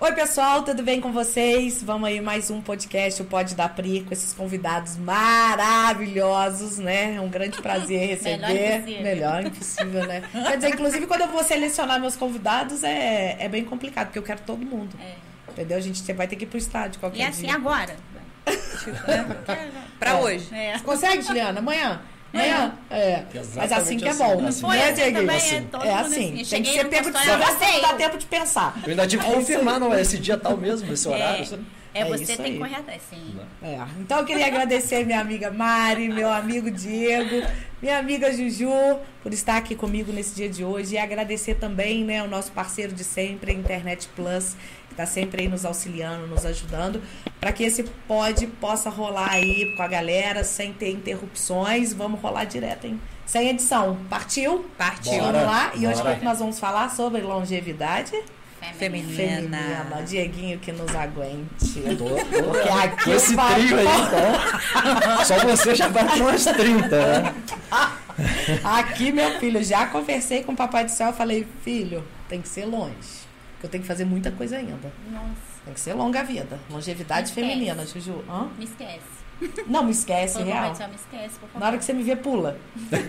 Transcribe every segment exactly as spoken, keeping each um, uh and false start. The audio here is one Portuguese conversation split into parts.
Oi, pessoal, tudo bem com vocês? Vamos aí mais um podcast, o Pod da Pri, com esses convidados maravilhosos, né? É um grande prazer receber. Melhor impossível. Melhor impossível, né? Quer dizer, inclusive, quando eu vou selecionar meus convidados, é, é bem complicado, porque eu quero todo mundo. É. Entendeu? A gente vai ter que ir pro estádio qualquer dia. E assim, agora? Tipo, né? Pra É. hoje. É. Você consegue, Juliana? Amanhã? Amanhã? É. Mas assim que é assim, bom. assim. Foi Né, assim Dieguinho? também, Assim. é todo É mundo assim. assim. Tem Cheguei que ser no pego de consultório, surpresa, eu dá sei. tempo de pensar. Eu ainda tive que É isso confirmar, não é esse dia tal mesmo, esse horário. você- É, É você isso tem aí. que correr atrás, sim. É, então eu queria agradecer minha amiga Mari, meu amigo Diego, minha amiga Juju, por estar aqui comigo nesse dia de hoje. E agradecer também, né, o nosso parceiro de sempre, a Internet Plus, que está sempre aí nos auxiliando, nos ajudando, para que esse pod possa rolar aí com a galera, sem ter interrupções. Vamos rolar direto, hein? Sem edição. Partiu? Partiu. Bora. Vamos lá? E hoje o Bora. que nós vamos falar sobre longevidade Feminina. feminina. Dieguinho que nos aguente. Tô, tô, Porque aqui com esse vai- trio aí, então. Só você já vai com umas trinta, né? Aqui, meu filho, já conversei com o Papai do Céu. Falei, filho, tem que ser longe. Porque eu tenho que fazer muita coisa ainda. Nossa, Tem que ser longa vida. Longevidade Me esquece. feminina, Juju. Hã? me esquece. Não me esquece, Por real. favor, só me esquece, por favor. Na hora que você me vê, pula.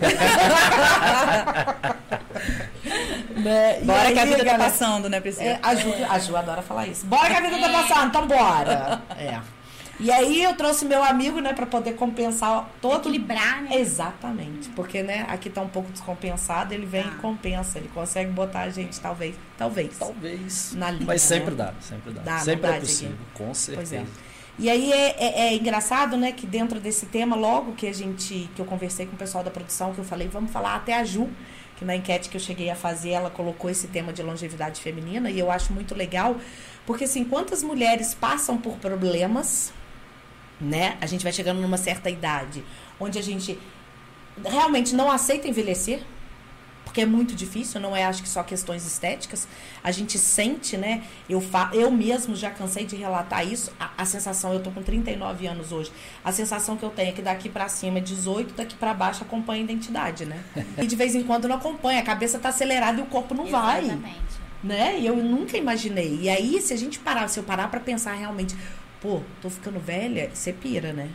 Né? E Bora que a aí, vida tá galera, passando, né, Priscila? É, a, Ju, a Ju adora falar isso. Bora que a vida tá passando, então bora. É. E aí eu trouxe meu amigo, né, pra poder compensar todo... Equilibrar, né? Exatamente. Porque, né, aqui tá um pouco descompensado, ele vem Ah. e compensa. Ele consegue botar a gente, talvez, talvez, Talvez. na linha, Mas sempre né? dá, sempre dá. Dá, não sempre dá, é possível, Dieguinho? com Pois é. certeza. E aí é, é- é engraçado, né, que dentro desse tema, logo que a gente, que eu conversei com o pessoal da produção, que eu falei, vamos falar até a Ju, que na enquete que eu cheguei a fazer, ela colocou esse tema de longevidade feminina, e eu acho muito legal, porque assim, quantas mulheres passam por problemas, né, a gente vai chegando numa certa idade, onde a gente realmente não aceita envelhecer, porque é muito difícil, não é, acho que só questões estéticas, a gente sente, né, eu, fa eu mesmo já cansei de relatar isso, a, a sensação, eu tô com trinta e nove anos hoje, a sensação que eu tenho é que daqui pra cima é dezoito, daqui pra baixo acompanha a identidade, né, e de vez em quando não acompanha, a cabeça tá acelerada e o corpo não vai, Exatamente. né, e eu nunca imaginei, e aí se a gente parar, se eu parar pra pensar realmente, pô, tô ficando velha, você pira, né,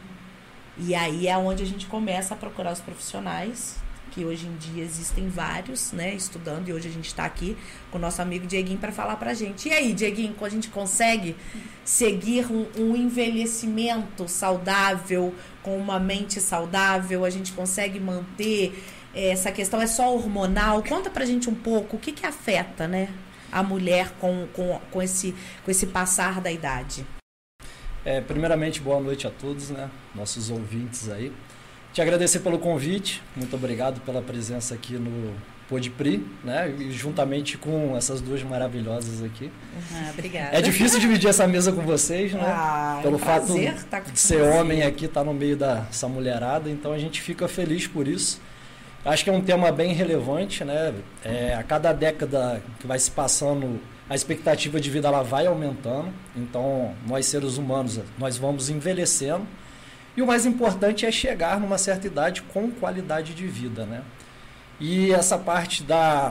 e aí é onde a gente começa a procurar os profissionais, que hoje em dia existem vários, né, estudando, e hoje a gente está aqui com o nosso amigo Dieguinho para falar pra gente. E aí, Dieguinho, a gente consegue seguir um, um envelhecimento saudável, com uma mente saudável, a gente consegue manter eh, essa questão, é só hormonal? Conta pra gente um pouco, o que que afeta, né, a mulher com, com, com, esse, com esse passar da idade? É, primeiramente, boa noite a todos, né? Nossos ouvintes aí. Te agradecer pelo convite, muito obrigado pela presença aqui no Podpri, né? E juntamente com essas duas maravilhosas aqui. Ah, obrigada. É difícil dividir essa mesa com vocês, né? Ah, Pelo é um fato prazer tá com de ser você. homem aqui, estar no meio dessa mulherada, então a gente fica feliz por isso. Acho que é um tema bem relevante, né? É, a cada década que vai se passando, a expectativa de vida ela vai aumentando, então nós seres humanos, nós vamos envelhecendo. E o mais importante é chegar numa certa idade com qualidade de vida, né? E essa parte da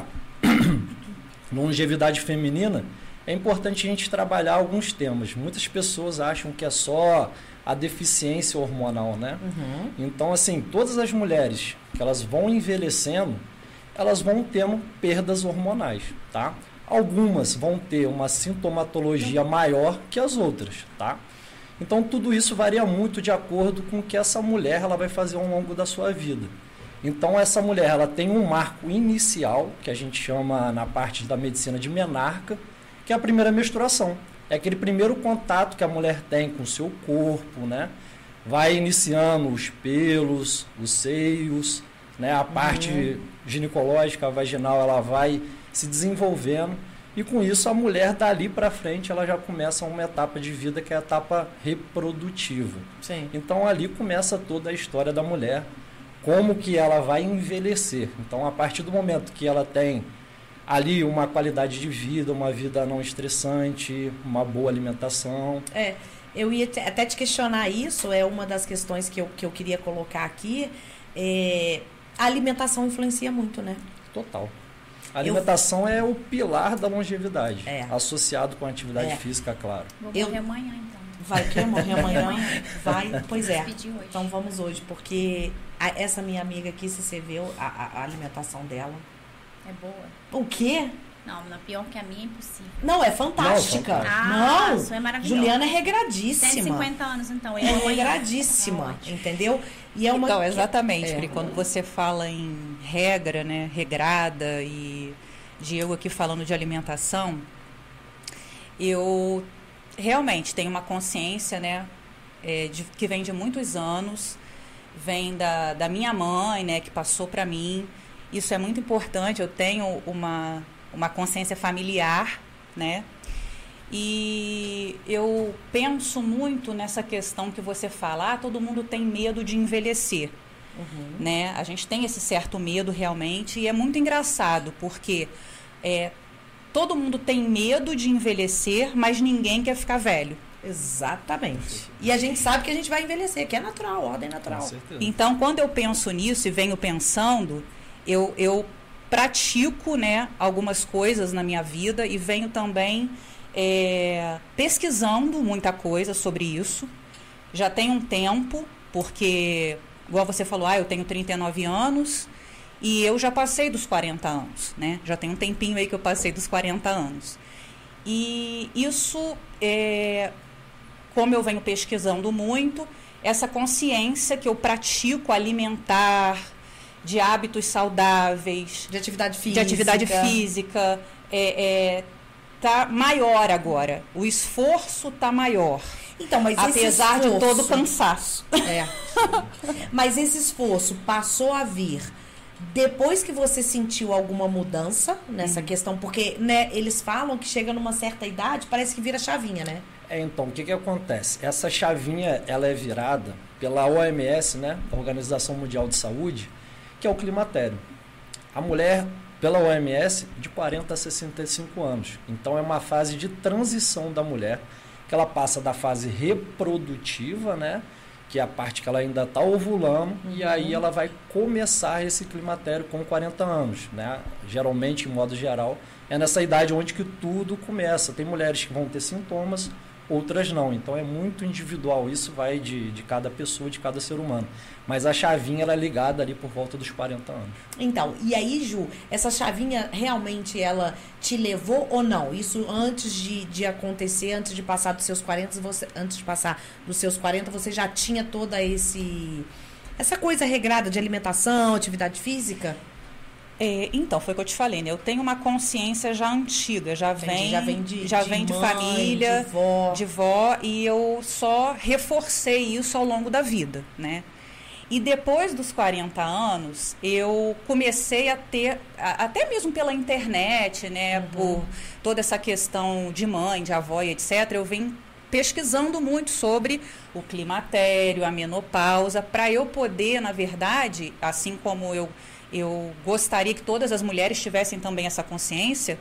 longevidade feminina, é importante a gente trabalhar alguns temas. Muitas pessoas acham que é só a deficiência hormonal, né? Uhum. Então, assim, todas as mulheres que elas vão envelhecendo, elas vão tendo perdas hormonais, tá? Algumas vão ter uma sintomatologia maior que as outras, tá? Então, tudo isso varia muito de acordo com o que essa mulher ela vai fazer ao longo da sua vida. Então, essa mulher ela tem um marco inicial, que a gente chama na parte da medicina de menarca, que é a primeira menstruação. É aquele primeiro contato que a mulher tem com o seu corpo, né? Vai iniciando os pelos, os seios, né? A parte Uhum. ginecológica, vaginal, ela vai se desenvolvendo. E com isso a mulher dali para frente ela já começa uma etapa de vida que é a etapa reprodutiva. Sim. Então ali começa toda a história da mulher, como que ela vai envelhecer. Então a partir do momento que ela tem ali uma qualidade de vida, uma vida não estressante, uma boa alimentação. É, eu ia te- até te questionar isso, é uma das questões que eu, que eu queria colocar aqui. É, a alimentação influencia muito, né? Total. A alimentação eu... é o pilar da longevidade, é. associado com a atividade é. física, claro. Vou eu... morrer amanhã, então. Vai querer morrer amanhã? Vai, pois é. Então vamos vamos hoje, porque a, essa minha amiga aqui, se você viu a, a, a alimentação dela... É boa. O quê? Não, não, pior que a minha é impossível. Não, é fantástica. Não, ah, não. Isso é maravilhoso. Juliana é regradíssima. Tem cinquenta anos, então. É regradíssima, é entendeu? E é uma... Então, exatamente. É. Porque quando você fala em regra, né, regrada, e Diego aqui falando de alimentação, eu realmente tenho uma consciência, né, é, de, que vem de muitos anos, vem da, da minha mãe, né, que passou para mim. Isso é muito importante. Eu tenho uma... uma consciência familiar, né? E eu penso muito nessa questão que você fala, ah, todo mundo tem medo de envelhecer, uhum. né? A gente tem esse certo medo realmente, e é muito engraçado, porque é, todo mundo tem medo de envelhecer, mas ninguém quer ficar velho. Exatamente. E a gente sabe que a gente vai envelhecer, que é natural, ordem natural. Com certeza. Então, quando eu penso nisso e venho pensando, eu... eu pratico, né, algumas coisas na minha vida e venho também é, pesquisando muita coisa sobre isso. Já tem um tempo, porque, igual você falou, ah, eu tenho trinta e nove anos e eu já passei dos quarenta anos, né? Já tem um tempinho aí que eu passei dos quarenta anos. E isso, é, como eu venho pesquisando muito, essa consciência que eu pratico alimentar, de hábitos saudáveis, de atividade física, de atividade física é, é, tá maior agora. O esforço tá maior. Então, mas apesar esse esforço, de todo o cansaço. É. Mas esse esforço passou a vir depois que você sentiu alguma mudança nessa uhum. questão, porque, né, eles falam que chega numa certa idade, parece que vira chavinha, né? É, então, o que que acontece? Essa chavinha, ela é virada pela O M S, né, a Organização Mundial de Saúde, que é o climatério. A mulher, pela O M S, de quarenta a sessenta e cinco anos. Então, é uma fase de transição da mulher, que ela passa da fase reprodutiva, né, que é a parte que ela ainda está ovulando, uhum. e aí ela vai começar esse climatério com quarenta anos. Né? Geralmente, em modo geral, é nessa idade onde que tudo começa. Tem mulheres que vão ter sintomas, outras não. Então, é muito individual. Isso vai de, de cada pessoa, de cada ser humano. Mas a chavinha, ela é ligada ali por volta dos quarenta anos. Então, e aí, Ju, essa chavinha realmente ela te levou ou não? Isso antes de, de acontecer, antes de passar dos seus quarenta, você, antes de passar dos seus quarenta, você já tinha toda esse, essa coisa regrada de alimentação, atividade física? É, então, foi o que eu te falei, né? Eu tenho uma consciência já antiga, já Entendi, vem, já vem de, já de, vem de mãe, família, de vó. de vó, e eu só reforcei isso ao longo da vida, né? E depois dos quarenta anos, eu comecei a ter, a, até mesmo pela internet, né? Uhum. Por toda essa questão de mãe, de avó e etcétera, eu vim pesquisando muito sobre o climatério, a menopausa, para eu poder, na verdade, assim como eu Eu gostaria que todas as mulheres tivessem também essa consciência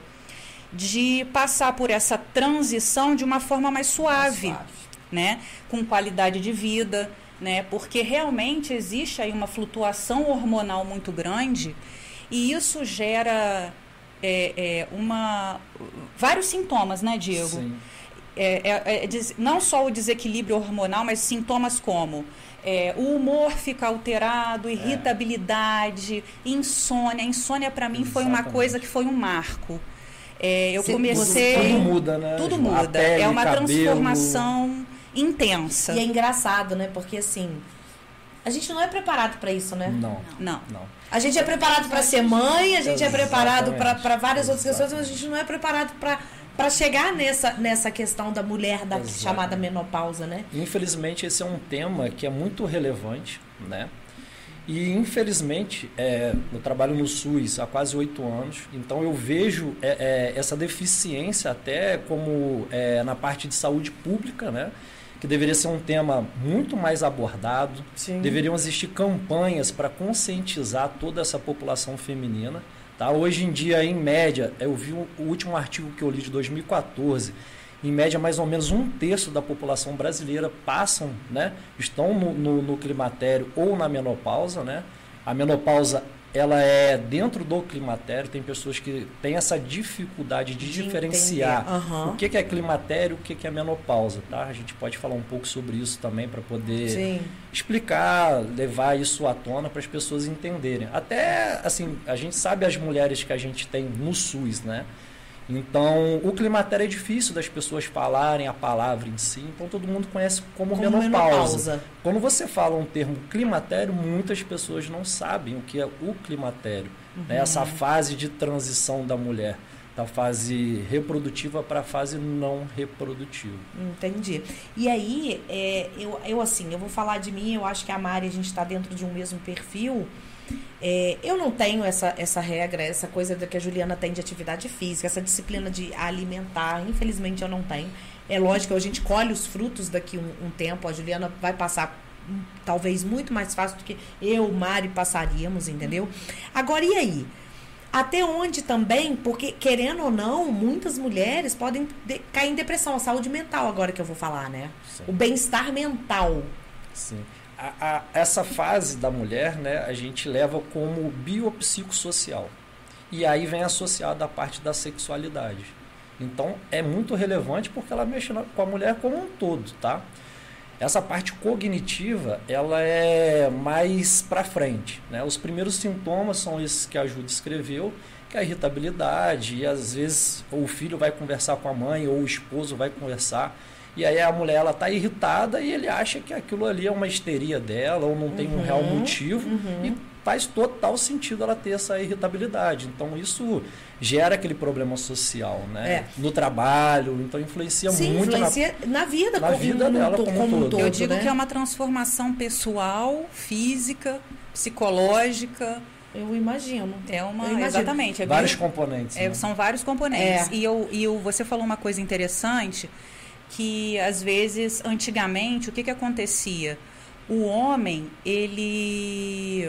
de passar por essa transição de uma forma mais suave, mais suave. Né? Com qualidade de vida, né? Porque realmente existe aí uma flutuação hormonal muito grande e isso gera é, é, uma, vários sintomas, né, Diego? Sim. É, é, é, não só o desequilíbrio hormonal, mas sintomas como é, o humor fica alterado, irritabilidade, é. insônia. A insônia para mim Exatamente. Foi uma coisa que foi um marco. É, eu Cê, comecei... Tudo muda, né? Tudo muda. Pele, é uma cabelo. transformação intensa. E é engraçado, né? Porque assim, a gente não é preparado para isso, né? Não. Não. não. A gente é preparado para ser mãe, a gente Exatamente. é preparado para várias outras Exatamente. questões, mas a gente não é preparado para para chegar nessa, nessa questão da mulher da Exato. Chamada menopausa, né? Infelizmente, esse é um tema que é muito relevante, né? E, infelizmente, é, eu trabalho no SUS há quase oito anos, então eu vejo é, é, essa deficiência até como é, na parte de saúde pública, né? Que deveria ser um tema muito mais abordado. Sim. Deveriam existir campanhas para conscientizar toda essa população feminina. Tá? Hoje em dia, em média, eu vi o último artigo que eu li de dois mil e quatorze, em média mais ou menos um terço da população brasileira passam, né, estão no, no, no climatério ou na menopausa. Né? A menopausa ela é dentro do climatério, tem pessoas que têm essa dificuldade de, de diferenciar uhum. o que, que é climatério, o que, que é menopausa, tá? A gente pode falar um pouco sobre isso também para poder Sim. explicar, levar isso à tona para as pessoas entenderem. Até, assim, a gente sabe as mulheres que a gente tem no SUS, né? Então, o climatério é difícil das pessoas falarem a palavra em si, então todo mundo conhece como, como menopausa. menopausa. Quando você fala um termo climatério, muitas pessoas não sabem o que é o climatério. Uhum. Né? Essa fase de transição da mulher, da fase reprodutiva para a fase não reprodutiva. Entendi. E aí, é, eu, eu assim, eu vou falar de mim, eu acho que a Mari, a gente está dentro de um mesmo perfil. É, eu não tenho essa, essa regra, essa coisa que a Juliana tem de atividade física, essa disciplina de alimentar, infelizmente eu não tenho. É lógico que a gente colhe os frutos daqui um, um tempo, a Juliana vai passar um, talvez muito mais fácil do que eu, Mari, passaríamos, entendeu? Agora, e aí? Até onde também, porque querendo ou não, muitas mulheres podem de, cair em depressão, a saúde mental agora que eu vou falar, né? Sim. O bem-estar mental. Sim. A, a, essa fase da mulher, né, a gente leva como biopsicossocial. E aí vem associada a parte da sexualidade. Então, é muito relevante porque ela mexe na, com a mulher como um todo, tá? Essa parte cognitiva, ela é mais para frente, né? Os primeiros sintomas são esses que a Ju descreveu, que é a irritabilidade, e às vezes o filho vai conversar com a mãe ou o esposo vai conversar. E aí a mulher ela tá irritada e ele acha que aquilo ali é uma histeria dela ou não tem uhum, um real motivo uhum. e faz total sentido ela ter essa irritabilidade. Então isso gera aquele problema social, né? É. No trabalho, então influencia Sim, muito influencia na, na vida, na vida dela como, como um todo. Eu digo né? que é uma transformação pessoal, física, psicológica. Eu imagino. É uma, eu imagino. Exatamente. É vários bem, componentes. É, né? São vários componentes. É. E, eu, e eu, você falou uma coisa interessante, que às vezes, antigamente, o que, que acontecia? O homem, ele...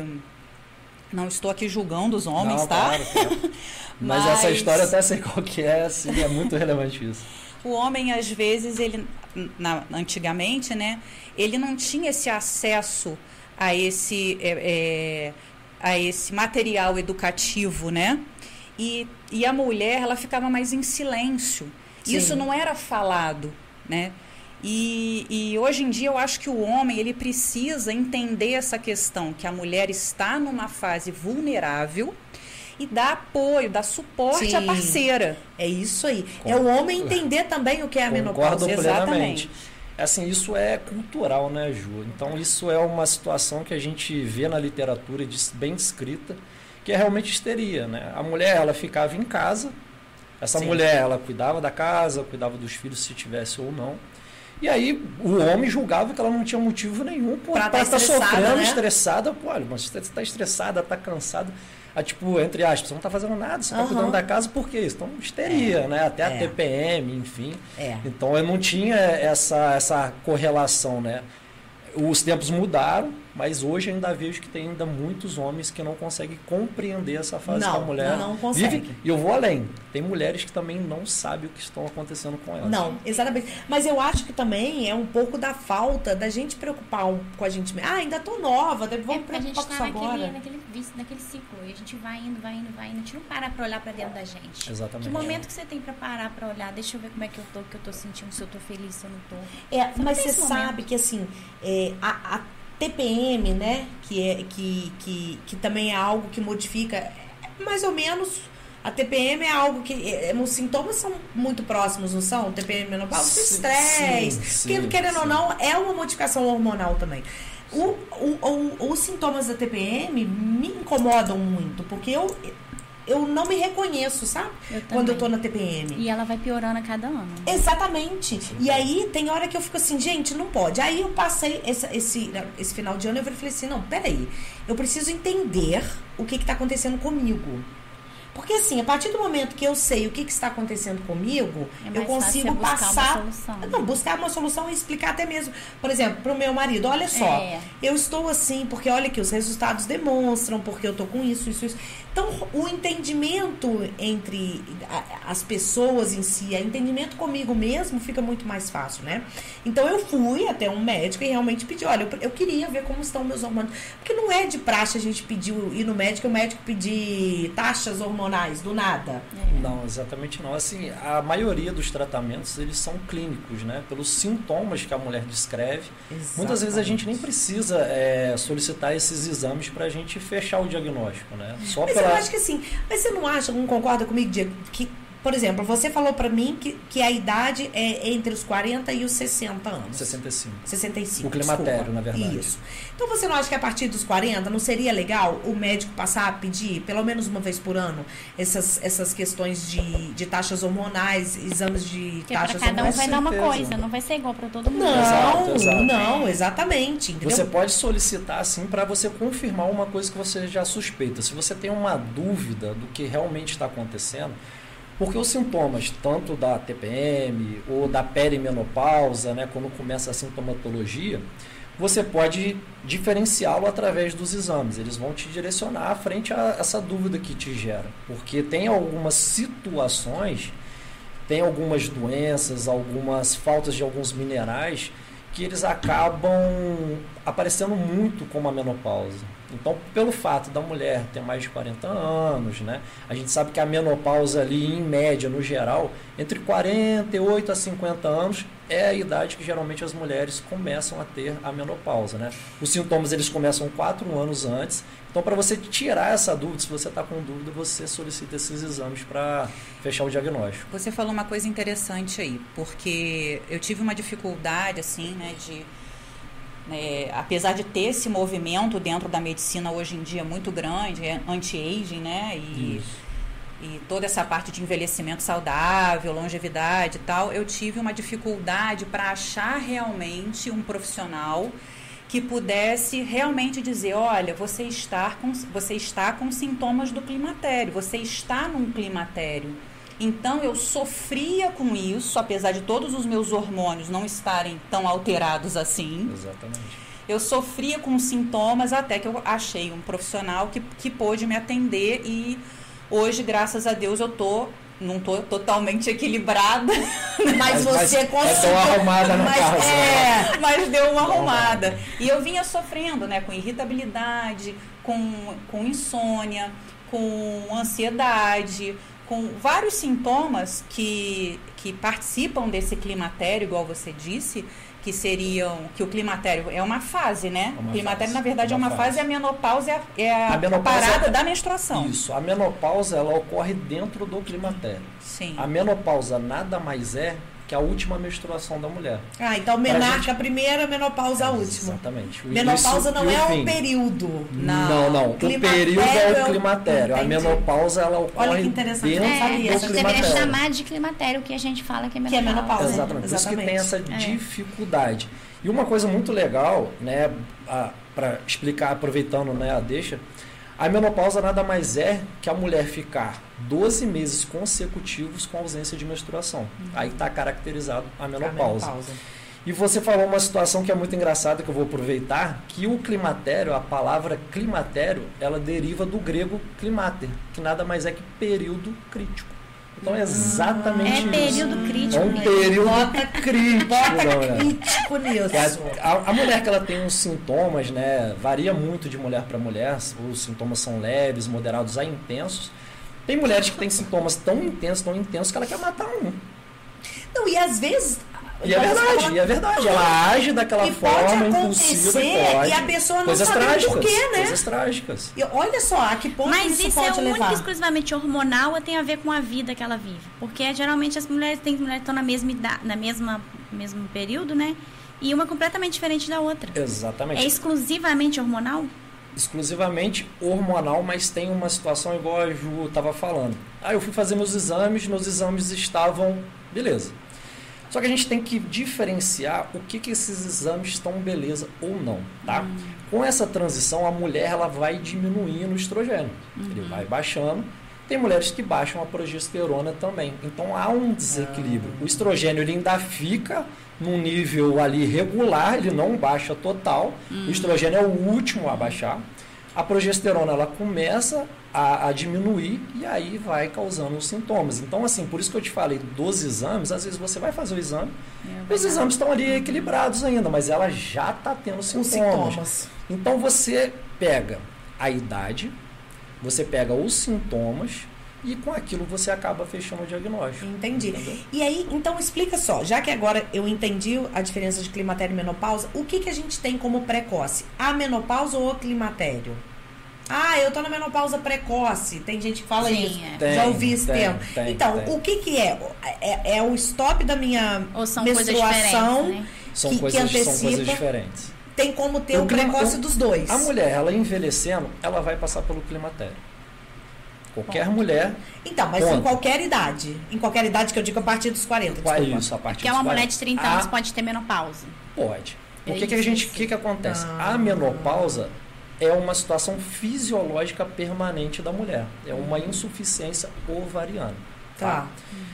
Não estou aqui julgando os homens, Não, tá? Claro, claro. Mas, Mas essa história até sei qual que é, assim, é muito relevante isso. O homem, às vezes, ele, na, antigamente, né, ele não tinha esse acesso a esse, é, é, a esse material educativo, né? E, e a mulher, ela ficava mais em silêncio. Sim. Isso não era falado, né? E, e hoje em dia eu acho que o homem ele precisa entender essa questão, que a mulher está numa fase vulnerável e dar apoio, dar suporte Sim. à parceira. É isso aí. Com... É o homem entender também o que é a menopausa. Exatamente. Assim, isso é cultural, né, Ju? Então isso é uma situação que a gente vê na literatura bem descrita, que é realmente histeria, né? A mulher, ela ficava em casa, essa Sim. mulher, ela cuidava da casa, cuidava dos filhos se tivesse ou não. E aí o homem julgava que ela não tinha motivo nenhum para estar tá sofrendo, né? estressada. Pô, olha, mas você está estressada, está cansada. Ah, tipo, entre aspas, você não está fazendo nada, você está uhum. cuidando da casa, por quê? Então, histeria, é. né? Até é. a T P M, enfim. É. Então, eu não tinha essa, essa correlação, né? Os tempos mudaram, mas hoje ainda vejo que tem ainda muitos homens que não conseguem compreender essa fase não, que a mulher não, não consegue. vive. E eu vou além. Tem mulheres que também não sabem o que estão acontecendo com elas. Não, exatamente. Mas eu acho que também é um pouco da falta da gente preocupar um, com a gente mesmo. Ah, ainda tô nova, vamos é, preocupar a gente com isso tá naquele, agora. naquele, naquele ciclo. E a gente vai indo, vai indo, vai indo. A gente não para pra olhar pra dentro da gente. Exatamente. Que momento que você tem pra parar pra olhar? Deixa eu ver como é que eu tô, que eu tô sentindo, se eu tô feliz, se eu não tô. É, você mas você sabe que assim, é, a, a T P M, né, que, é, que, que, que também é algo que modifica, mais ou menos, a T P M é algo que, é, os sintomas são muito próximos, não são? T P M, menopausa, estresse, que, querendo sim. ou não, é uma modificação hormonal também. O, o, o, os sintomas da T P M me incomodam muito, porque eu... eu não me reconheço, sabe? Eu Quando eu tô na T P M. E ela vai piorando a cada ano. Exatamente. E aí tem hora que eu fico assim, gente, não pode. Aí eu passei esse, esse, esse final de ano, eu falei assim, não, peraí. Eu preciso entender o que que tá acontecendo comigo. Porque assim, a partir do momento que eu sei o que, que está acontecendo comigo, É mais eu consigo fácil buscar passar. uma solução. Não, buscar uma solução e explicar até mesmo. Por exemplo, para o meu marido, olha só, É. eu estou assim, porque olha que os resultados demonstram, porque eu estou com isso, isso, isso. Então, o entendimento entre a- as pessoas em si, o entendimento comigo mesmo fica muito mais fácil, né? Então, eu fui até um médico e realmente pedi, olha, eu, eu queria ver como estão meus hormônios. Porque não é de praxe a gente pedir, ir no médico e o médico pedir taxas hormonais, do nada. Não, exatamente não. Assim, a maioria dos tratamentos, eles são clínicos, né? Pelos sintomas que a mulher descreve. Muitas vezes a gente nem precisa é, solicitar esses exames para a gente fechar o diagnóstico, né? Só Mas pela... eu acho que assim, mas você não acha, não concorda comigo, Diego, que, por exemplo, você falou pra mim que, que a idade é entre os quarenta e os sessenta anos. sessenta e cinco. sessenta e cinco. O climatério, desculpa. na verdade. Isso. Então você não acha que a partir dos quarenta não seria legal o médico passar a pedir, pelo menos uma vez por ano, essas, essas questões de, de taxas hormonais, exames de Porque pra taxas cada um hormonais? vai dar uma certeza. coisa, não vai ser igual pra todo mundo. Não, Exato, exato. não, exatamente. Entendeu? Você pode solicitar assim para você confirmar uma coisa que você já suspeita. Se você tem uma dúvida do que realmente está acontecendo, porque os sintomas, tanto da T P M ou da perimenopausa, né, quando começa a sintomatologia, você pode diferenciá-lo através dos exames. Eles vão te direcionar frente a essa dúvida que te gera. Porque tem algumas situações, tem algumas doenças, algumas faltas de alguns minerais que eles acabam aparecendo muito como a menopausa. Então, pelo fato da mulher ter mais de quarenta anos, né, a gente sabe que a menopausa ali, em média, no geral, entre quarenta e oito a cinquenta anos, é a idade que geralmente as mulheres começam a ter a menopausa, né? Os sintomas, eles começam quatro anos antes. Então, para você tirar essa dúvida, se você está com dúvida, você solicita esses exames para fechar o diagnóstico. Você falou uma coisa interessante aí, porque eu tive uma dificuldade, assim, né, de... É, apesar de ter esse movimento dentro da medicina hoje em dia muito grande, é anti-aging, né, e, e toda essa parte de envelhecimento saudável, longevidade e tal, eu tive uma dificuldade para achar realmente um profissional que pudesse realmente dizer, olha, você está com, você está com sintomas do climatério, você está num climatério. Então, eu sofria com isso, apesar de todos os meus hormônios não estarem tão alterados assim. Exatamente. Eu sofria com sintomas até que eu achei um profissional que, que pôde me atender e hoje, graças a Deus, eu tô, não tô totalmente equilibrada. Mas você mas, conseguiu. mas deu uma arrumada na mas, casa. é, Mas deu uma arrumada. E eu vinha sofrendo, né, com irritabilidade, com, com insônia, com ansiedade, com vários sintomas que, que participam desse climatério, igual você disse, que seriam, que o climatério é uma fase, né? Uma o climatério, fase, na verdade, uma é uma fase, fase. e a menopausa é a, é a, A menopausa a parada é- da menstruação. Isso, a menopausa, ela ocorre dentro do climatério. Sim. A menopausa nada mais é que a última menstruação da mulher. Ah, então Pra menarca gente- a primeira, menopausa a última. Exatamente. O Menopausa início não e é o um fim. período. Não. Não, não. O Climatério período é é o o- climatério. A Entendi. menopausa, ela ocorre Olha que interessante, dentro eu não sabia. É, do a gente deveria climatério. chamar de climatério o que a gente fala que é Que é menopausa. menopausa. Exatamente. Por isso que tem essa É. dificuldade. E uma coisa muito legal, né, para explicar, aproveitando, né, a deixa, a menopausa nada mais é que a mulher ficar doze meses consecutivos com ausência de menstruação. Uhum. Aí está caracterizado a A menopausa. menopausa. E você falou uma situação que é muito engraçada, que eu vou aproveitar, que o climatério, a palavra climatério, ela deriva do grego climater, que nada mais é que período crítico. Então é exatamente É isso. período crítico É um mesmo. período Bota- crítico. Bota né? crítico nisso. É, a, a mulher que ela tem uns sintomas, né, varia muito de mulher para mulher, os sintomas são leves, moderados a intensos. Tem mulheres que têm sintomas tão intensos, tão intensos, que ela quer matar um. Não, e às vezes... E é verdade, e é verdade. Ela age daquela E pode forma impulsiva e acontecer pode. e a pessoa não coisas sabe trágicas, por quê, né? Coisas trágicas. E olha só, a que ponto Mas isso, isso é pode único e levar. exclusivamente hormonal ou tem a ver com a vida que ela vive? Porque geralmente as mulheres têm mulheres que estão na mesma idade, na mesma mesmo período, né? E uma é completamente diferente da outra. Exatamente. É exclusivamente hormonal? Exclusivamente hormonal, mas tem uma situação igual a Ju estava falando. Ah, eu fui fazer meus exames, meus exames estavam... Beleza. Só que a gente tem que diferenciar o que, que esses exames estão beleza ou não, tá? Hum. Com essa transição, a mulher ela vai diminuindo o estrogênio. Uhum. Ele vai baixando Tem mulheres que baixam a progesterona também. Então há um desequilíbrio. O estrogênio ele ainda fica num nível ali regular, ele não baixa total. Hum. O estrogênio é o último a baixar. A progesterona ela começa a, a diminuir e aí vai causando os sintomas. Então, assim, por isso que eu te falei dos exames, às vezes você vai fazer o exame, é, os exames estão ali equilibrados ainda, mas ela já está tendo sintomas. sintomas. Então você pega a idade, você pega os sintomas e com aquilo você acaba fechando o diagnóstico. Entendi. Entendeu? E aí, então explica só, já que agora eu entendi a diferença de climatério e menopausa, o que, que a gente tem como precoce? A menopausa ou o climatério? Ah, eu tô na menopausa precoce. Tem gente que fala Sim, isso. é. Tem, já ouvi esse tem, termo. tem, então, tem. o que que é? é? É o stop da minha Ou são menstruação coisas né? São, que, coisas, que antecipa? são coisas diferentes. Tem como ter O o clima- precoce o- dos dois. A mulher, ela envelhecendo, ela vai passar pelo climatério. Qualquer mulher. Então, mas Ponto. em qualquer idade. Em qualquer idade que eu digo a partir dos quarenta. Qual é desculpa. isso? A partir Porque dos uma mulher quarenta. de trinta A- anos pode ter menopausa. Pode. O É que, que a isso, gente, isso. que, que acontece? Ah. A menopausa é uma situação fisiológica permanente da mulher. É uma insuficiência ovariana. Tá.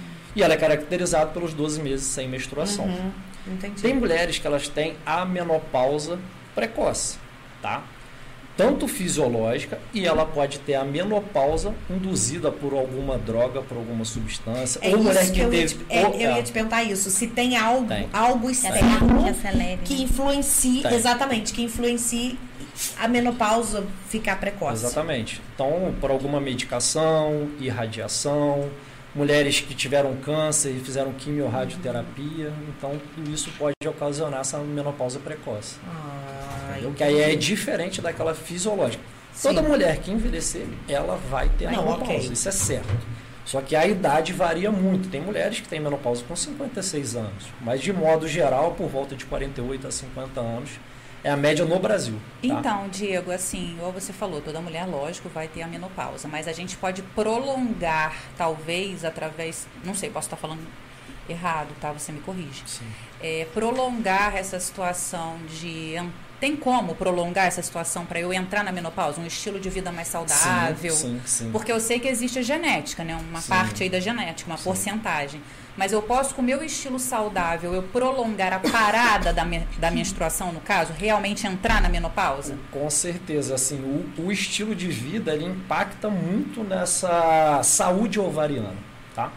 E ela é caracterizada pelos doze meses sem menstruação. Uhum. Entendi. Tem mulheres que elas têm a menopausa precoce, tá? Tanto fisiológica, e ela pode ter a menopausa induzida por alguma droga, por alguma substância. É ou isso mulher que, que eu, ia teve. te, é, ou- eu é, ia te perguntar isso. Se tem algo, Tem. algo Que externo acelere. que né? influencie, Tem. exatamente, que influencie a menopausa ficar precoce. Exatamente. Então, por alguma medicação, irradiação, mulheres que tiveram câncer e fizeram quimio-radioterapia, então tudo isso pode ocasionar essa menopausa precoce. Ah, Entendeu? Que aí é diferente daquela fisiológica. Sim. Toda mulher que envelhecer, ela vai ter a Não, menopausa, ok. isso é certo. Só que a idade varia muito. Tem mulheres que têm menopausa com cinquenta e seis anos, mas de modo geral, por volta de quarenta e oito a cinquenta anos, é a média no Brasil. Tá? Então, Diego, assim, igual você falou, toda mulher, lógico, vai ter a menopausa, mas a gente pode prolongar, talvez, através, não sei, posso estar falando errado, tá? Você me corrige. Sim. É, prolongar essa situação de... Tem como prolongar essa situação para eu entrar na menopausa? Um estilo de vida mais saudável? Sim, sim, sim. Porque eu sei que existe a genética, né? Uma Sim. parte aí da genética, uma Sim. porcentagem. Mas eu posso, com o meu estilo saudável, eu prolongar a parada da, me- da menstruação, no caso, realmente entrar na menopausa? Com certeza, assim, o, o estilo de vida ele impacta muito nessa saúde ovariana, tá?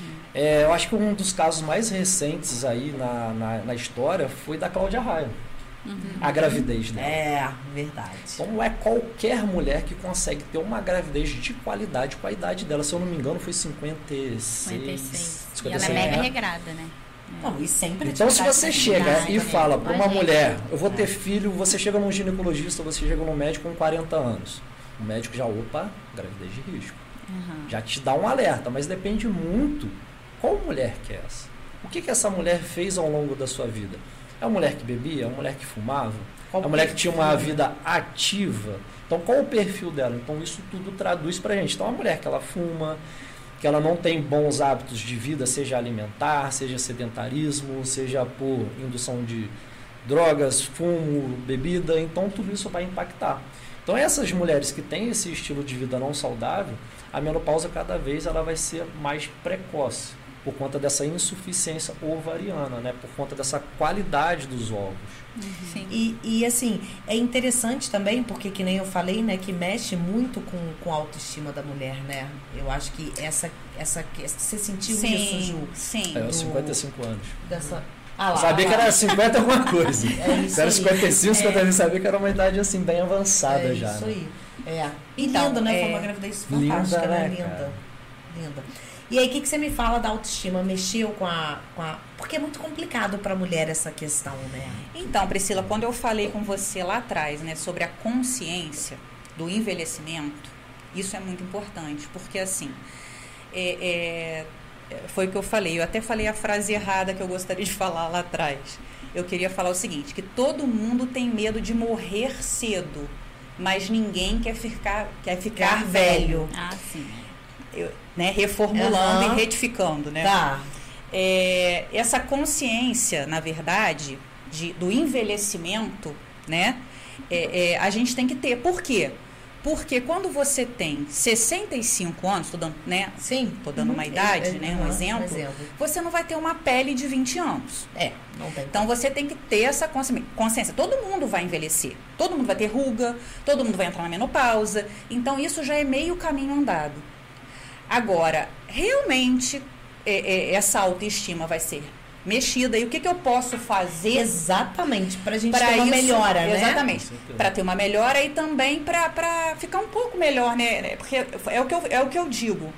É, eu acho que um dos casos mais recentes aí na, na, na história foi da Cláudia Raia, a gravidez dela. É, verdade. Então não é qualquer mulher que consegue ter uma gravidez de qualidade com a idade dela. Se eu não me engano, foi cinquenta e seis. cinquenta e seis. E ela é mega regrada, né? Não, e sempre Então, se você chega Verdade, e né? fala para uma Imagina. mulher, eu vou ter filho, você chega num ginecologista, você chega num médico com quarenta anos. O médico já, opa, gravidez de risco. Uhum. Já te dá um alerta, mas depende muito qual mulher que é essa. O que, que essa mulher fez ao longo da sua vida? É uma mulher que bebia? É uma mulher que fumava? Qual é uma mulher que tinha uma perfil? vida ativa? Então, qual o perfil dela? Então, isso tudo traduz pra gente. Então, a mulher que ela fuma, que ela não tem bons hábitos de vida, seja alimentar, seja sedentarismo, seja por indução de drogas, fumo, bebida, então tudo isso vai impactar. Então, essas mulheres que têm esse estilo de vida não saudável, a menopausa cada vez ela vai ser mais precoce, por conta dessa insuficiência ovariana, né? Por conta dessa qualidade dos ovos. Sim. E, e assim, é interessante também, porque que nem eu falei, né, que mexe muito com, com a autoestima da mulher, né? Eu acho que essa, essa, você sentiu sim, isso, Ju? sim. É, Do- cinquenta e cinco anos. Dessa... Ah lá, Eu sabia ah que lá. era cinquenta alguma coisa. É isso Se era aí. cinquenta e cinco, cinquenta e seis, sabia que era uma idade assim, bem avançada É já. isso né? aí. É. E Então, lindo, né? é- Foi uma gravidez Linda, fantástica, né? né, Linda. cara? Linda. E aí, o que, que você me fala da autoestima? Mexeu com a, com a... Porque é muito complicado pra mulher essa questão, né? Então, Priscila, quando eu falei com você lá atrás, né, sobre a consciência do envelhecimento, isso é muito importante, porque assim, é, é, foi o que eu falei, eu até falei a frase errada que eu gostaria de falar lá atrás. Eu queria falar o seguinte, que todo mundo tem medo de morrer cedo, mas ninguém quer ficar, quer ficar velho. Ah, sim. Eu, né, reformulando Aham. e retificando, né? Tá. É, essa consciência, na verdade, de, do envelhecimento, né? É, é, a gente tem que ter. Por quê? Porque quando você tem sessenta e cinco anos, tô dando, né? Sim. Tô dando uma idade, É, é, né? uhum, Um exemplo, um exemplo. Você não vai ter uma pele de vinte anos. É, não tem. Então você tem que ter essa consci- consciência. Todo mundo vai envelhecer. Todo mundo vai ter ruga, todo mundo vai entrar na menopausa. Então isso já é meio caminho andado. Agora, realmente, é, é, essa autoestima vai ser mexida. E o que, que eu posso fazer Exatamente, pra gente para ter uma isso? melhora, né? Exatamente. Para ter uma melhora e também para ficar um pouco melhor, né? Porque é o, que eu, é o que eu digo.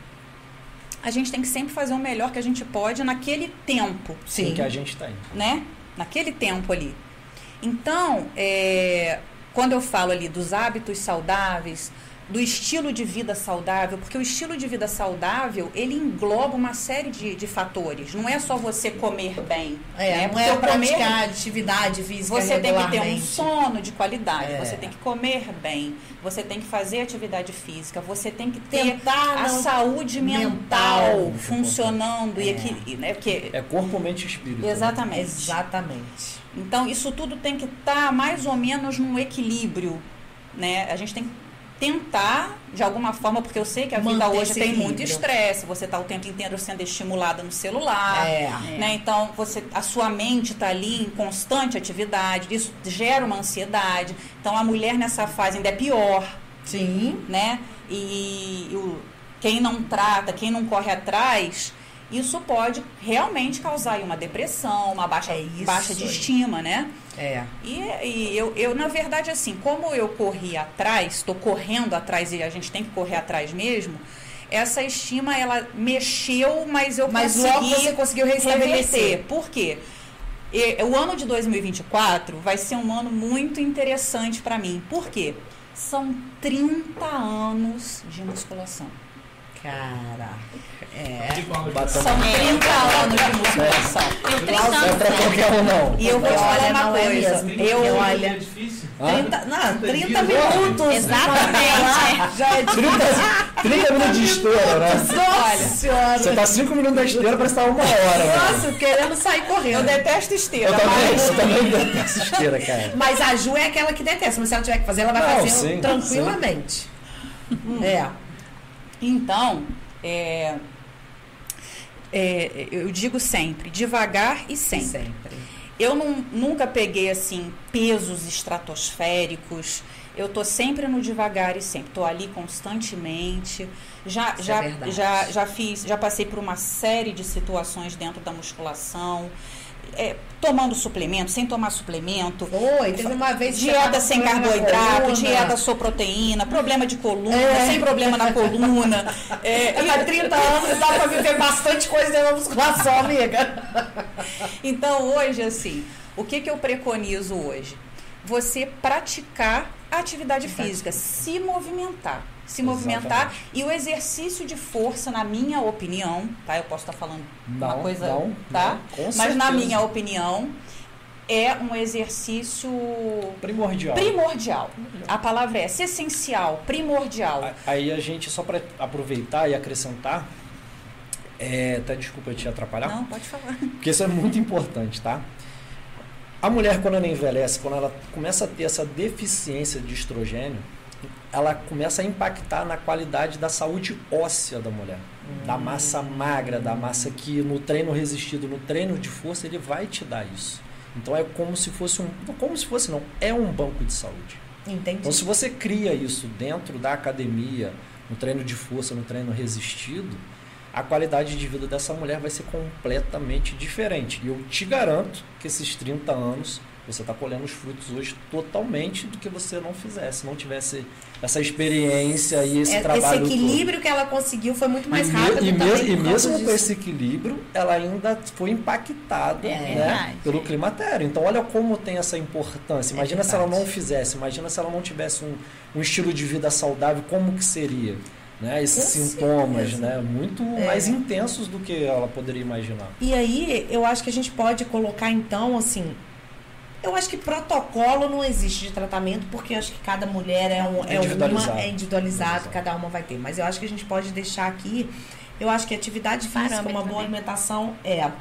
A gente tem que sempre fazer o melhor que a gente pode naquele tempo. Sim. que a gente tem. Né? Naquele tempo ali. Então, é, quando eu falo ali dos hábitos saudáveis, do estilo de vida saudável, porque o estilo de vida saudável, ele engloba uma série de, de fatores. Não é só você comer bem. É, né? não Porque é o comer, praticar atividade física você tem que ter um regularmente. sono de qualidade, É. você tem que comer bem, você tem que fazer atividade física, você tem que ter Tentar a não- saúde mental, mental. funcionando. E É. aqui, né? Porque, É corpo, mente e espírito. né? exatamente. Exatamente. Então, isso tudo tem que estar mais ou menos num equilíbrio, né? A gente tem que tentar, de alguma forma, porque eu sei que a vida Manter hoje esse tem muito equilíbrio. estresse, você está o tempo inteiro sendo estimulada no celular, É. né? Então, você, a sua mente está ali em constante atividade, isso gera uma ansiedade. Então, a mulher nessa fase ainda é pior, Sim. né? E, e o, quem não trata, quem não corre atrás, isso pode realmente causar aí uma depressão, uma baixa, É isso baixa de aí. estima, né? É. E, e eu, eu, na verdade, assim, como eu corri atrás, estou correndo atrás e a gente tem que correr atrás mesmo, essa estima, ela mexeu, mas eu Mas consegui logo você conseguiu restabelecer. reverter. Por quê? E, o ano de dois mil e vinte e quatro vai ser um ano muito interessante para mim. Por quê? São trinta anos de musculação. Cara. É. Batendo- São trinta anos de musculação. Eu trinta Não é anos. pra qualquer um, não. E eu vou te Olha, falar uma não é coisa. mesmo. Eu, Olha. É difícil. Hã? trinta, não, trinta dias. minutos. Exatamente. Já é trinta, trinta minutos de esteira, né? Nossa senhora. Você tá cinco minutos na esteira, parece que tá uma hora. né? Nossa, querendo sair eu correndo. detesto esteira, Eu também, mas... eu também detesto esteira, cara. Mas a Ju é aquela que detesta, mas se ela tiver que fazer, ela vai Não, fazer sim, tranquilamente. É. Então, é, é, eu digo sempre, devagar e sempre. Sempre. Eu não, nunca peguei, assim, pesos estratosféricos. Eu tô sempre no devagar e sempre. Tô ali constantemente. Já, Isso é já, verdade. já, já fiz, já passei por uma série de situações dentro da musculação. É, tomando suplemento, sem tomar suplemento. Foi, teve uma vez que você Dieta tava sem com problema na carboidrato, coluna. dieta só proteína, problema de coluna, É. sem problema na coluna. É, Ela tá trinta anos, dá pra viver bastante coisa dentro da musculação, amiga. Então, hoje, assim, o que, que eu preconizo hoje? Você praticar a atividade física, se movimentar. Se movimentar. Exatamente. E o exercício de força, na minha opinião, tá? Eu posso estar falando uma Não, coisa, não, tá? não, com Mas na certeza. minha opinião, é um exercício Primordial. primordial. A palavra é essa, essencial, primordial. Aí a gente, só para aproveitar e acrescentar, é, tá, desculpa te atrapalhar, Não, pode falar. porque isso é muito importante, tá? A mulher, quando ela envelhece, quando ela começa a ter essa deficiência de estrogênio, ela começa a impactar na qualidade da saúde óssea da mulher. Da massa magra, da massa que no treino resistido, no treino de força, ele vai te dar isso. Então é como se fosse um... Não como se fosse, não. É um banco de saúde. Entendi. Então, se você cria isso dentro da academia, no treino de força, no treino resistido, a qualidade de vida dessa mulher vai ser completamente diferente. E eu te garanto que esses trinta anos, você está colhendo os frutos hoje totalmente do que você não fizesse, não tivesse essa experiência e esse É, trabalho esse equilíbrio que ela conseguiu foi muito mais e, rápido e, também. mesmo, e por causa mesmo com disso. esse equilíbrio, ela ainda foi impactada É né, verdade. pelo climatério. Então, olha como tem essa importância. Imagina É se ela verdade. não fizesse, imagina se ela não tivesse um, um estilo de vida saudável, como que seria? Né? Esses Com sintomas, certeza. né? Muito É. mais intensos do que ela poderia imaginar. E aí, eu acho que a gente pode colocar, então, assim... Eu acho que protocolo não existe de tratamento, porque eu acho que cada mulher é, um, É é individualizado. uma, é individualizado, Exato. cada uma vai ter. Mas eu acho que a gente pode deixar aqui, eu acho que atividade física, Parâmetro, uma boa né? alimentação é...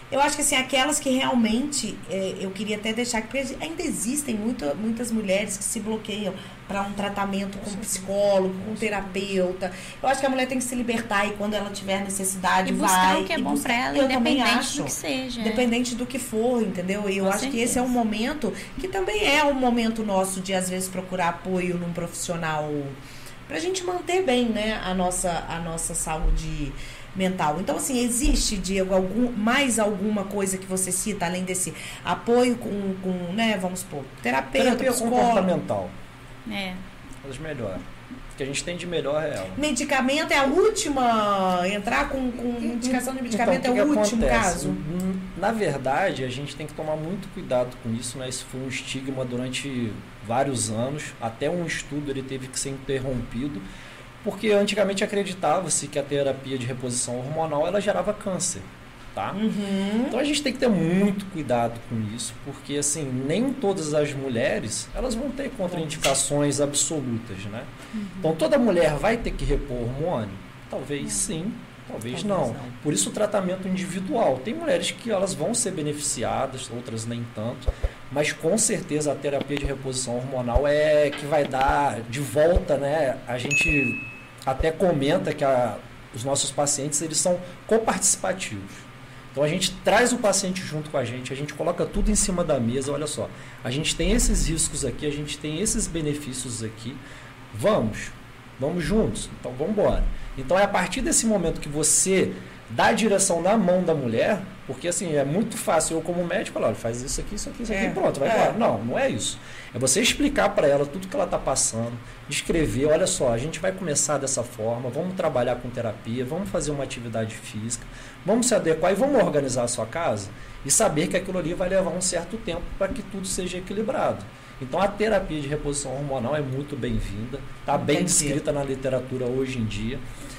Eu acho que assim, aquelas que realmente, é, eu queria até deixar, porque ainda existem muito, muitas mulheres que se bloqueiam para um tratamento com psicólogo, com terapeuta. Eu acho que a mulher tem que se libertar e quando ela tiver necessidade, e buscar vai. o que é e bom buscar, para ela, eu também independente acho, do que seja. Independente do que for, entendeu? E eu Com acho certeza. que esse é um momento que também é um momento nosso de, às vezes, procurar apoio num profissional pra gente manter bem, né, a nossa, a nossa saúde mental. Então, assim, existe, Diego, algum, mais alguma coisa que você cita, além desse apoio com, com né, vamos supor, terapeuta, Terapia psicólogo, comportamental. É. As melhores. O que a gente tem de melhor é ela. medicamento é a última, entrar com, com indicação de medicamento Então, é o que que último acontece? caso? Na verdade, a gente tem que tomar muito cuidado com isso, né? Isso foi um estigma durante vários anos, até um estudo ele teve que ser interrompido, porque antigamente acreditava-se que a terapia de reposição hormonal ela gerava câncer, tá? Uhum. Então a gente tem que ter muito cuidado com isso, porque assim, nem todas as mulheres, elas vão ter contraindicações absolutas, né? Uhum. Então toda mulher vai ter que repor hormônio? Talvez sim, talvez, Talvez não. não. Por isso o tratamento individual. Tem mulheres que elas vão ser beneficiadas, outras nem tanto, mas com certeza a terapia de reposição hormonal é que vai dar de volta, né? A gente até comenta que a, os nossos pacientes, eles são coparticipativos. Então a gente traz o paciente junto com a gente, a gente coloca tudo em cima da mesa, olha só, a gente tem esses riscos aqui, a gente tem esses benefícios aqui, vamos, vamos juntos, então vamos embora. Então é a partir desse momento que você dá a direção na mão da mulher, porque assim, é muito fácil eu como médico falar, faz isso aqui, isso aqui, isso aqui, É, pronto, vai é. embora. Não, não é isso. É você explicar para ela tudo que ela está passando, descrever, olha só, a gente vai começar dessa forma, vamos trabalhar com terapia, vamos fazer uma atividade física, vamos se adequar e vamos organizar a sua casa e saber que aquilo ali vai levar um certo tempo para que tudo seja equilibrado. Então a terapia de reposição hormonal é muito bem-vinda, está bem Entendi. descrita na literatura hoje em dia.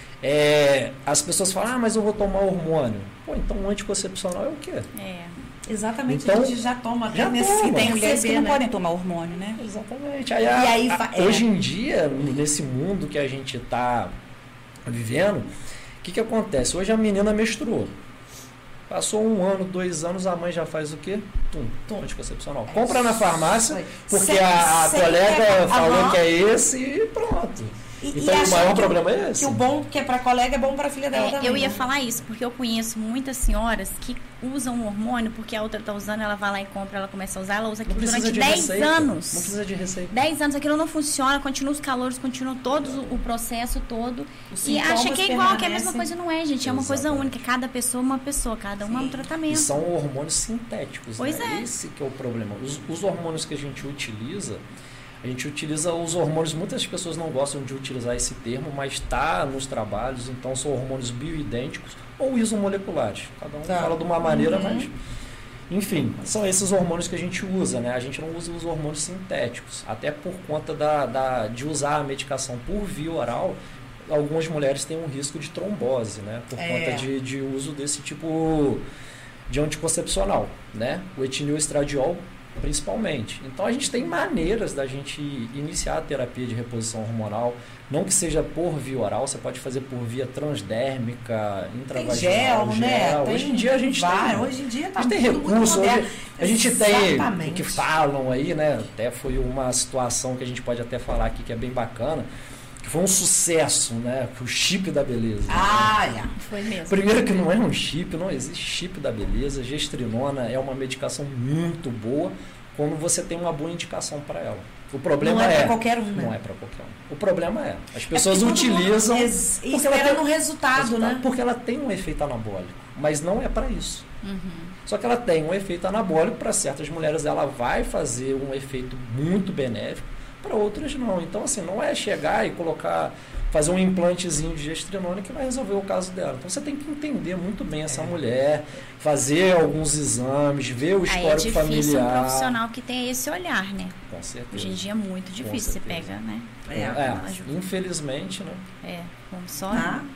É, as pessoas falam, ah, mas eu vou tomar hormônio. Pô, então o anticoncepcional é o quê? É. Exatamente, Então, a gente já toma até já nesse toma. Tem nesse mulheres que bebê, não né? podem tomar hormônio, né? Exatamente. Aí, a- E aí a- fa- é. hoje em dia, nesse mundo que a gente está vivendo, o que, que acontece? Hoje a menina menstruou. Passou um ano, dois anos, a mãe já faz o quê? Tum, Tum. anticoncepcional. Compra na farmácia, Isso aí. porque Sem- a, a sem colega ter- falou Aham. que é esse e pronto. E- Então e o achando maior que o- problema é esse. Que o bom que é para colega é bom para filha dela É, também. eu ia né? falar isso, porque eu conheço muitas senhoras que usam o hormônio porque a outra está usando, ela vai lá e compra, ela começa a usar, ela usa Não aquilo precisa durante de dez receita. anos. Não precisa de receita. dez anos, aquilo não funciona, continua os calores, continua todo o processo todo. Os E acha sintomas que é igual, que é a permanecem. mesma coisa, não é, gente. É uma coisa Exatamente. única. Cada pessoa é uma pessoa, cada um é um Sim. E tratamento. são hormônios sintéticos, Pois né? é. Esse que é o problema. Os, os hormônios que a gente utiliza, a gente utiliza os hormônios, muitas pessoas não gostam de utilizar esse termo, mas está nos trabalhos, então são hormônios bioidênticos ou isomoleculares. Cada um Tá. fala de uma maneira, Uhum. mas... Enfim, são esses hormônios que a gente usa, né? A gente não usa os hormônios sintéticos, até por conta da, da, de usar a medicação por via oral. Algumas mulheres têm um risco de trombose, né? Por É. conta de, de uso desse tipo de anticoncepcional, né? O etinil estradiol, principalmente. Então a gente tem maneiras da gente iniciar a terapia de reposição hormonal, não que seja por via oral, você pode fazer por via transdérmica, Tem intravaginal, gel, né? Tem Hoje em dia a gente vai, tem, hoje em dia tá a gente tem tudo muito recurso, moderno. hoje a gente tem Exatamente. o que falam aí, né? Até foi uma situação que a gente pode até falar aqui que é bem bacana, que foi um sucesso, né? O chip da beleza. Ah, é. Foi mesmo. Primeiro que não é um chip, não existe chip da beleza. Gestrinona é uma medicação muito boa quando você tem uma boa indicação para ela. O problema Não é é, pra qualquer um, né? não é para qualquer um. O problema é, as pessoas É porque todo mundo utilizam es- porque ela esperando tem- um resultado, né? porque ela tem um efeito anabólico, mas não é para isso. Uhum. Só que ela tem um efeito anabólico para certas mulheres, ela vai fazer um efeito muito benéfico, para outras não. Então assim, não é chegar e colocar, fazer um implantezinho de gestrinona que vai resolver o caso dela. Então você tem que entender muito bem essa É. mulher, fazer alguns exames, ver o Aí é histórico difícil um familiar. profissional que tem esse olhar, né? Com certeza. Hoje em dia é muito difícil. Você certeza. pega, né? É, Ela É, ajuda. infelizmente, né? É, vamos só. Tá?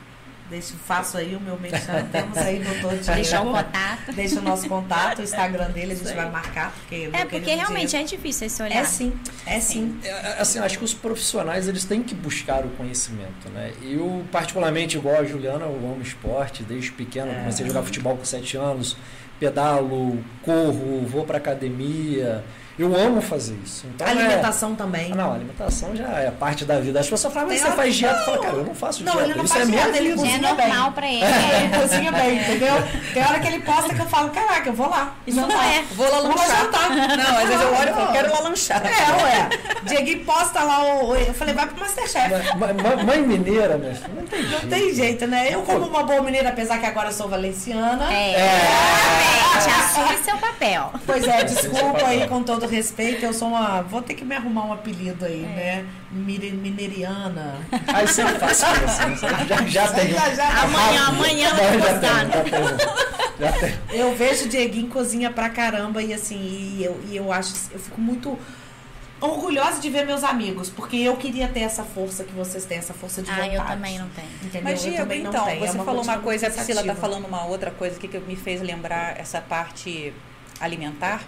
Deixa, faço aí o meu merchan. Temos aí doutor Diego. Deixar o contato. Deixa o nosso contato, o Instagram dele, a gente vai marcar. Porque é, porque realmente Diego. é difícil esse olhar. É sim, é sim. É, assim, acho que os profissionais, eles têm que buscar o conhecimento, né? Eu, particularmente, igual a Juliana, eu amo esporte, desde pequeno, é. comecei a jogar futebol com sete anos, pedalo, corro, vou pra academia. Eu amo fazer isso. Então, alimentação é... também. Ah, não, a alimentação já é parte da vida. As pessoas falam, mas você faz dieta? Eu falo, cara, eu não faço não, dieta. Ele não isso faz é dieta, minha ele vida. cozinha é normal bem. pra ele. É, ele cozinha bem, entendeu? Tem hora que ele posta que eu falo, caraca, eu vou lá. Isso não é. Vou lá lanchar. Vou jantar. Não, às vezes eu olho e falo, quero lá lanchar. É, ué. Dieguinho posta lá, o, eu falei, vai pro Masterchef. Mãe, mãe mineira, minha filha, não tem Não jeito. tem jeito, né? Eu como uma boa mineira, apesar que agora eu sou valenciana. É, É. exatamente. Assume seu papel. Pois é, desculpa aí, com todo respeito, eu sou uma... Vou ter que me arrumar um apelido aí, é. né? Mire, mineriana. Aí você faz assim, já, já tem. Já, já, amanhã, amanhã vai postar. Já tem. Eu vejo o Dieguinho cozinha pra caramba e assim, e eu, e eu acho, eu fico muito orgulhosa de ver meus amigos, porque eu queria ter essa força que vocês têm, essa força de vontade. Ah, eu também não tenho. Entendeu? Mas, eu Diego, também então, não tenho. você é uma falou uma coisa, a Priscila está cansativa. falando uma outra coisa aqui que me fez lembrar essa parte alimentar.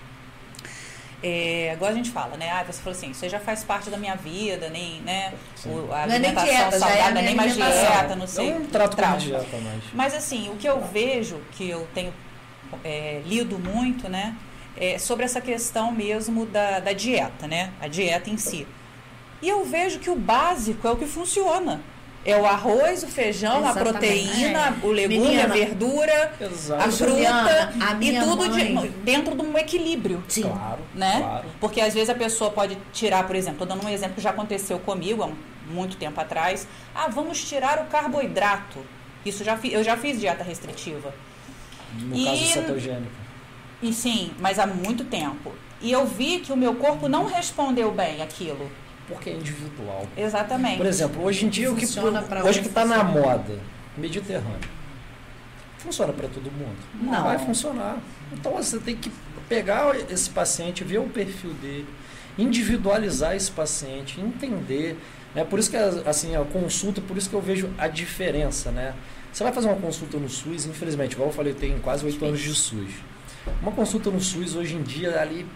É, agora a gente fala, né? Ah, você falou assim, você já faz parte da minha vida, nem, né? O, a não alimentação é nem dieta, saudável, já é nem mais dieta, não sei. Eu não trato como trauma. dieta mais. Mas assim, o que eu vejo, que eu tenho é, lido muito, né? É sobre essa questão mesmo da, da dieta, né? A dieta em si. E eu vejo que o básico é o que funciona. É o arroz, o feijão, Exatamente. a proteína, É. o legume, Menina, a verdura, Exato. a Juliana, fruta a e minha tudo de- mãe- dentro de um equilíbrio. Sim. Claro, Né? claro. Porque às vezes a pessoa pode tirar, por exemplo, estou dando um exemplo que já aconteceu comigo há um- muito tempo atrás. Ah, vamos tirar o carboidrato. Isso já fi, eu já fiz dieta restritiva. No E- caso cetogênico. E sim, mas há muito tempo. E eu vi que o meu corpo não respondeu bem aquilo. Porque é individual. Exatamente. Por exemplo, hoje em dia, o que, Funciona pra hoje um, que está na funciona. moda, Mediterrâneo, funciona para todo mundo? Não. vai funcionar. Então você tem que pegar esse paciente, ver o perfil dele, individualizar esse paciente, entender. Né? Por isso que assim, a consulta, por isso que eu vejo a diferença. Né? Você vai fazer uma consulta no SUS, infelizmente, igual eu falei, eu tenho quase oito anos de SUS. Uma consulta no SUS hoje em dia ali.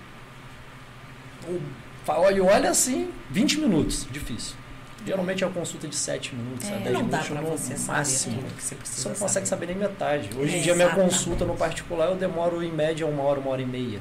O, olha, olha assim, vinte minutos, difícil. Geralmente é uma consulta de sete minutos, É, a dez não dá minutos pra no você saber máximo. tudo que você precisa Você não consegue saber. saber nem metade. Hoje em É, dia, minha exatamente. consulta no particular, eu demoro em média uma hora, uma hora e meia.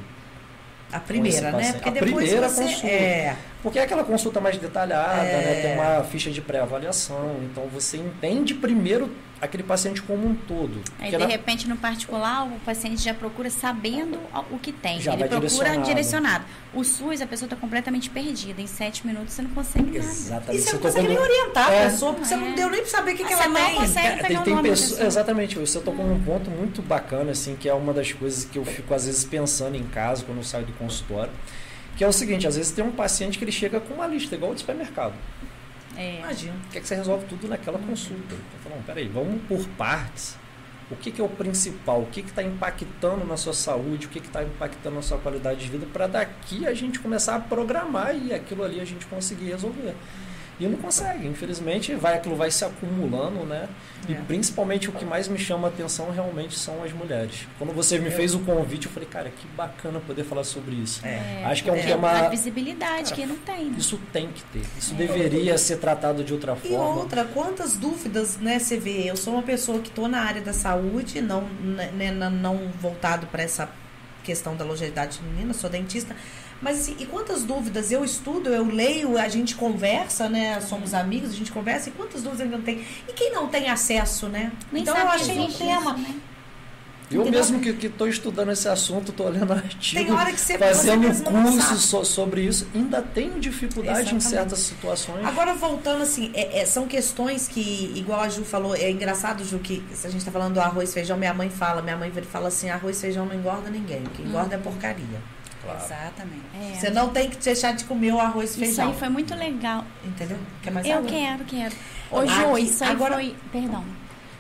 A primeira, esse né? paciente. Porque A depois primeira você... consulta. É, Porque é aquela consulta mais detalhada, É. né? Tem uma ficha de pré-avaliação. Então, você entende primeiro aquele paciente como um todo. Aí, Porque de na- repente, no particular, o paciente já procura sabendo o que tem. Já Ele vai procura direcionado. direcionado. O SUS, a pessoa está completamente perdida. Em sete minutos, você não consegue nada. Exatamente. e você não tocou consegue nem no- orientar É. a pessoa, porque você não É. deu nem pra saber o que, que Você ela mal tem. consegue É, pegar tem, o tem nome da pessoa- pessoa. exatamente, você tocou num ponto muito bacana, assim, que é uma das coisas que eu fico, às vezes, pensando em casa, quando eu saio do consultório, que é o seguinte, às vezes tem um paciente que ele chega com uma lista, igual de supermercado. É. Imagina. Quer que você resolve tudo naquela consulta. Eu falo, não, peraí, vamos por partes. O que, que é o principal? O que está impactando na sua saúde? O que está impactando na sua qualidade de vida? Para daqui a gente começar a programar e aquilo ali a gente conseguir resolver. E não consegue, infelizmente, vai, aquilo vai se acumulando, né? E É. principalmente o que mais me chama a atenção realmente são as mulheres. Quando você me fez o convite, eu falei, cara, que bacana poder falar sobre isso. É. Acho que é um É. tema... A visibilidade Cara, que não tem. Né? Isso tem que ter. Isso deveria ser tratado de outra E forma. outra, quantas dúvidas, né, você vê? Eu sou uma pessoa que estou na área da saúde, não, né, não, não voltado para essa questão da longevidade feminina, sou dentista, mas assim, e quantas dúvidas eu estudo, eu leio, a gente conversa, né? Somos amigos, a gente conversa, e quantas dúvidas ainda não tem? E quem não tem acesso, né? Nem então eu sabe achei que um existe tema. isso, né? Eu Entendeu? mesmo que estou estudando esse assunto, estou olhando artigo, Tem hora que você- fazendo você mesmo não curso sabe. so- sobre isso, ainda tenho dificuldade Exatamente. em certas situações. Agora, voltando assim, é- é, são questões que, igual a Ju falou, é engraçado, Ju, que se a gente tá falando do arroz e feijão, minha mãe fala, minha mãe vira e fala assim, arroz e feijão não engorda ninguém, o que engorda é porcaria. Claro. Exatamente. É. Você não tem que deixar de comer o arroz e Isso feijão. aí foi muito legal. Entendeu? Quer mais Eu água? quero, quero. Ô, Aqui, Ju, isso aí agora- foi... Perdão.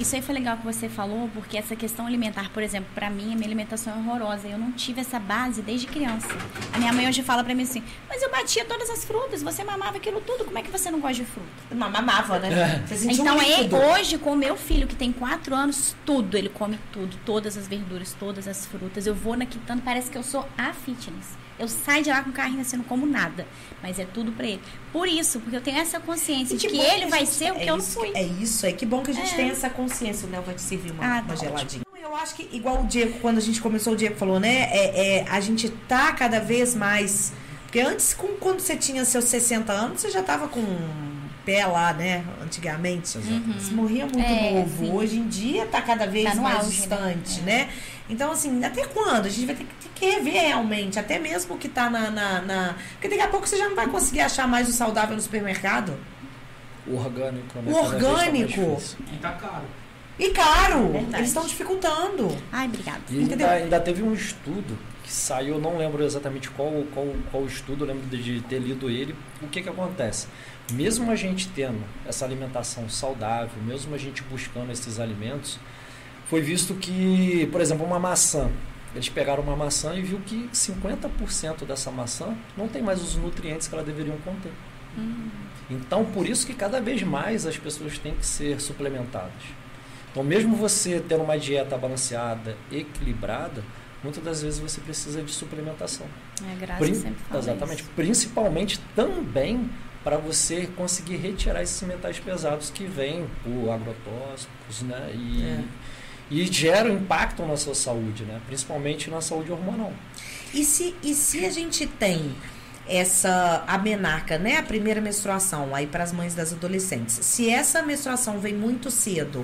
Isso aí foi legal que você falou, porque essa questão alimentar, por exemplo, pra mim, a minha alimentação é horrorosa. Eu não tive essa base desde criança. A minha mãe hoje fala pra mim assim, mas eu batia todas as frutas, você mamava aquilo tudo, como é que você não gosta de fruta? Mamava, né? Você sentia Então, um é, líquido. hoje, com o meu filho, que tem quatro anos, tudo, ele come tudo, todas as verduras, todas as frutas. Eu vou na Quitanda, parece que eu sou a fitness. Eu saio de lá com o carrinho assim, não como nada. Mas é tudo pra ele. Por isso, porque eu tenho essa consciência E de que, bom ele a vai gente- ser o que é eu não isso, fui. É isso, é que bom que a gente É. tem essa consciência. O Léo vai te servir uma, Ah, uma tá geladinha. Eu acho que, igual o Diego, quando a gente começou, o Diego falou, né? É, é, a gente tá cada vez mais... Porque antes, com, quando você tinha seus sessenta anos, você já tava com pé lá, né? Antigamente. Você morria muito É, novo. sim. Hoje em dia tá cada vez Tá no mais auge, distante, né? né? Então, assim, até quando? A gente vai ter que, ter que ver realmente. Até mesmo que tá na, na, na... Porque daqui a pouco você já não vai conseguir achar mais o saudável no supermercado. O orgânico, né? O Cada vez tá mais orgânico. difícil. E tá caro. E caro. Verdade. Eles estão dificultando. Ai, obrigada. E Entendeu? ainda, ainda teve um estudo que saiu, não lembro exatamente qual, qual, qual estudo, eu lembro de ter lido ele. O que que acontece? Mesmo a gente tendo essa alimentação saudável, mesmo a gente buscando esses alimentos, foi visto que, por exemplo, uma maçã, eles pegaram uma maçã e viu que cinquenta por cento dessa maçã não tem mais os nutrientes que ela deveriam conter. Hum. Então, por isso que cada vez mais as pessoas têm que ser suplementadas. Então, mesmo você tendo uma dieta balanceada, equilibrada, muitas das vezes você precisa de suplementação. É, graças Prin- sempre fala Exatamente. isso. Principalmente também para você conseguir retirar esses metais pesados que vêm por agrotóxicos, né? E, É. e geram impacto na sua saúde, né? Principalmente na saúde hormonal. E se, e se a gente tem essa a menarca, né, a primeira menstruação aí para as mães das adolescentes, se essa menstruação vem muito cedo,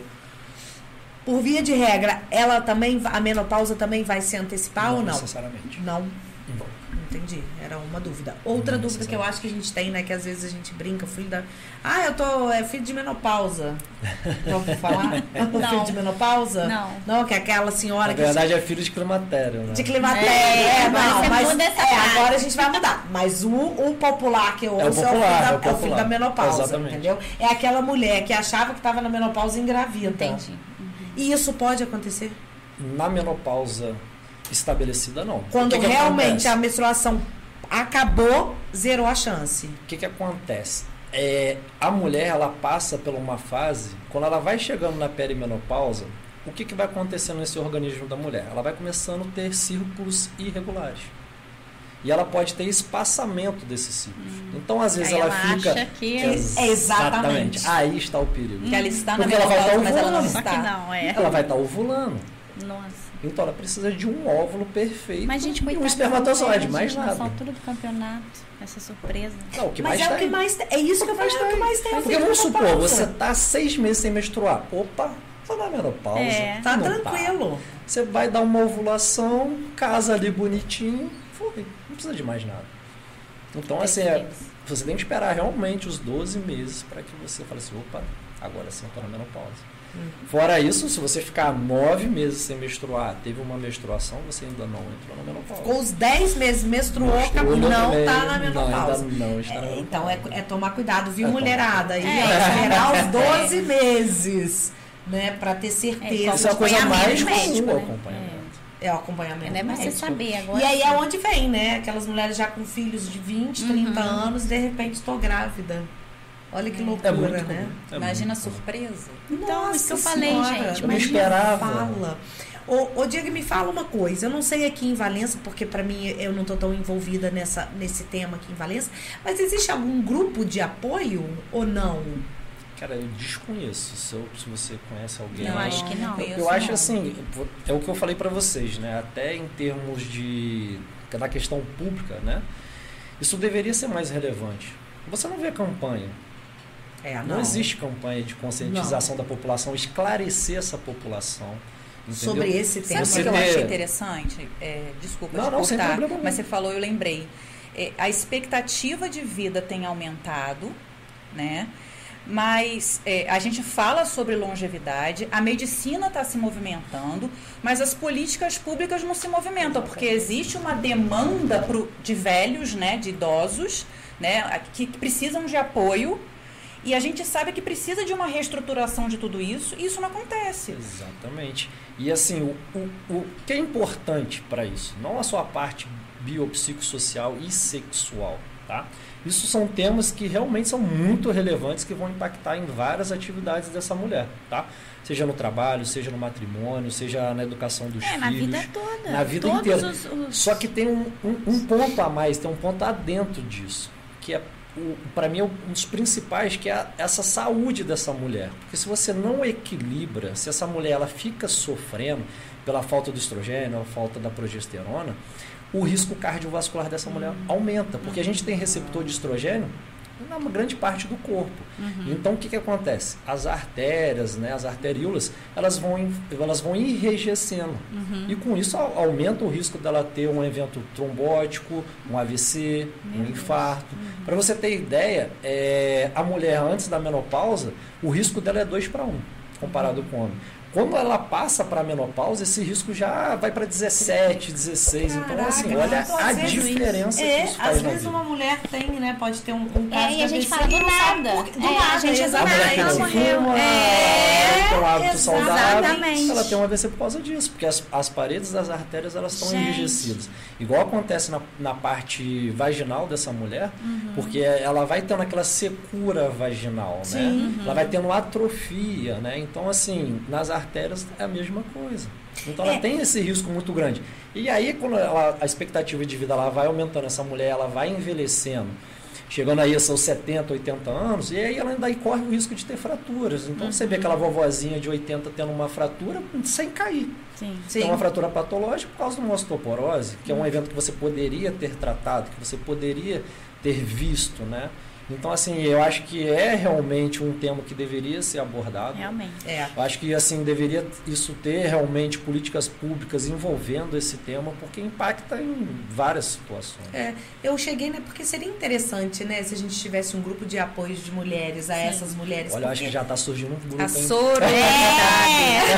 por via de regra, ela também a menopausa também vai se antecipar ou não? necessariamente. Não, Não. entendi. Era uma dúvida. Outra Não dúvida que eu acho que a gente tem, né, que às vezes a gente brinca, filho da, ah, eu tô é filho de menopausa. Já ouviu falar? Não. Filho de menopausa? Não. Não, que é aquela senhora Na que verdade, é filho de climatério, né? de climatério, É, é, agora não, você mas muda essa é, frase. agora a gente vai mudar. Mas o, o popular que eu É o ouço é o, popular, filho da, é o é o filho popular. da menopausa, Exatamente. entendeu? É aquela mulher que achava que estava na menopausa e engravida. Entendi. E isso pode acontecer? Na menopausa estabelecida, não. Quando O que que realmente acontece? a menstruação acabou, zerou a chance. O que, que acontece? É, a mulher, ela passa por uma fase, quando ela vai chegando na perimenopausa, o que, que vai acontecendo nesse organismo da mulher? Ela vai começando a ter círculos irregulares. E ela pode ter espaçamento desses ciclos. Então, às vezes, Aí ela, ela fica... acha que- Ex- É, exatamente. Aí está o perigo. Que ela está na Porque ela vai menopausa, estar mas ela não ovulando. Só que está. não, é. Ela vai estar ovulando. Nossa. Então, ela precisa de um óvulo perfeito Mas, gente, e coitada, um espermatozoide, não, mais gente, nada. Nessa altura do campeonato, essa surpresa. Não, o que Mas mais é o tem. que mais tem. É isso que eu falei, é o que mais tem. Porque vamos supor, você está seis meses sem menstruar. Opa, tá na menopausa. É. Tá Não tranquilo. Você vai dar uma ovulação, casa ali bonitinho, foi. Não precisa de mais nada. Então, assim, é, você tem que esperar realmente os doze meses para que você fale assim, opa, agora sim eu tô na menopausa. Hum. Fora isso, se você ficar nove meses sem menstruar, teve uma menstruação, você ainda não entrou na menopausa. Ficou os dez meses, menstruou, Menstruou, não também, tá na não, menopausa. ainda não está na É, menopausa. então é, é tomar cuidado, viu, É, mulherada? Aí, É. ó, esperar os doze meses, né? Pra ter certeza. Essa é a coisa mais Acompanhamento comum, médico, o né? acompanhamento. É o acompanhamento É você médico. saber agora. E aí é sim. onde vem, né? Aquelas mulheres já com filhos de vinte, trinta Uhum. anos, de repente estou grávida. Olha que loucura, É muito né? comum. É Imagina a muito comum. surpresa. Então, isso que eu Nossa falei, Senhora, gente, Eu não imagina, esperava. Fala. Ô, ô, Diego, me fala uma coisa. Eu não sei aqui em Valença, porque pra mim eu não tô tão envolvida nessa, nesse tema aqui em Valença, mas existe algum grupo de apoio ou não? Cara, eu desconheço. Se, eu- se você conhece alguém. Eu acho que não. conheço, Eu acho não. assim, é o que eu falei para vocês, né? Até em termos de da questão pública, né? Isso deveria ser mais relevante. Você não vê campanha. É, Não, existe campanha de conscientização da população, esclarecer essa população. Entendeu? Sobre esse tema. Sabe o que eu ter- achei interessante? É, desculpa Não, te não, sem cortar, problema nenhum. mas você falou, eu lembrei. É, a expectativa de vida tem aumentado, né? Mas é, a gente fala sobre longevidade, a medicina está se movimentando, mas as políticas públicas não se movimentam, porque existe uma demanda pro, de velhos, né, de idosos, né, que precisam de apoio, E a gente sabe que precisa de uma reestruturação de tudo isso, e isso não acontece. Exatamente. E assim, o, o, o que é importante para isso? Não a sua parte biopsicossocial e sexual, tá? Isso são temas que realmente são muito relevantes, que vão impactar em várias atividades dessa mulher, tá? Seja no trabalho, seja no matrimônio, seja na educação dos é, filhos. na vida toda. Na vida Todos inteira. Os, os... Só que tem um, um, um ponto a mais, tem um ponto adentro disso, que é, para mim, um dos principais, que é essa saúde dessa mulher. Porque se você não equilibra, se essa mulher ela fica sofrendo pela falta do estrogênio, pela falta da progesterona, o risco cardiovascular dessa mulher aumenta, porque a gente tem receptor de estrogênio na grande parte do corpo. Uhum. Então, o que, que acontece? As artérias, né, as arteríolas, elas vão, elas vão enrijecendo. Uhum. E com isso aumenta o risco dela ter um evento trombótico, um A V C, Meu um infarto. Uhum. Para você ter ideia, é, a mulher antes da menopausa, o risco dela é dois para um, comparado uhum. com o homem. Quando ela passa para a menopausa, esse risco já vai para dezessete, dezesseis. Caraca, então, assim, olha a diferença é, que isso faz às na vezes vida. uma mulher tem, né? Pode ter um, um caso é, e a gente fala do nada. Por, do é, nada. A gente é, do a mulher que não fuma, é, tem um hábito saudável, exatamente. ela tem um A V C por causa disso, porque as, as paredes das artérias elas estão enrijecidas. Igual acontece na, na parte vaginal dessa mulher, uhum. porque ela vai tendo aquela secura vaginal, Sim, né? Uhum. Ela vai tendo atrofia, né? Então, assim, nas artérias é a mesma coisa. Então ela é. tem esse risco muito grande. E aí, quando ela, a expectativa de vida ela vai aumentando, essa mulher ela vai envelhecendo, chegando aí a seus setenta, oitenta anos, e aí ela ainda corre o risco de ter fraturas. Então uhum. você vê aquela vovozinha de oitenta tendo uma fratura sem cair. Sim. Tem uma fratura patológica por causa de uma osteoporose, que uhum. é um evento que você poderia ter tratado, que você poderia ter visto, né? Então, assim, eu acho que é realmente um tema que deveria ser abordado. Realmente. É. Eu acho que, assim, deveria isso ter realmente políticas públicas envolvendo esse tema, porque impacta em várias situações. É, eu cheguei, né, porque seria interessante, né, se a gente tivesse um grupo de apoio de mulheres a Sim. essas mulheres. Olha, eu acho que já está surgindo um grupo. A sororidade.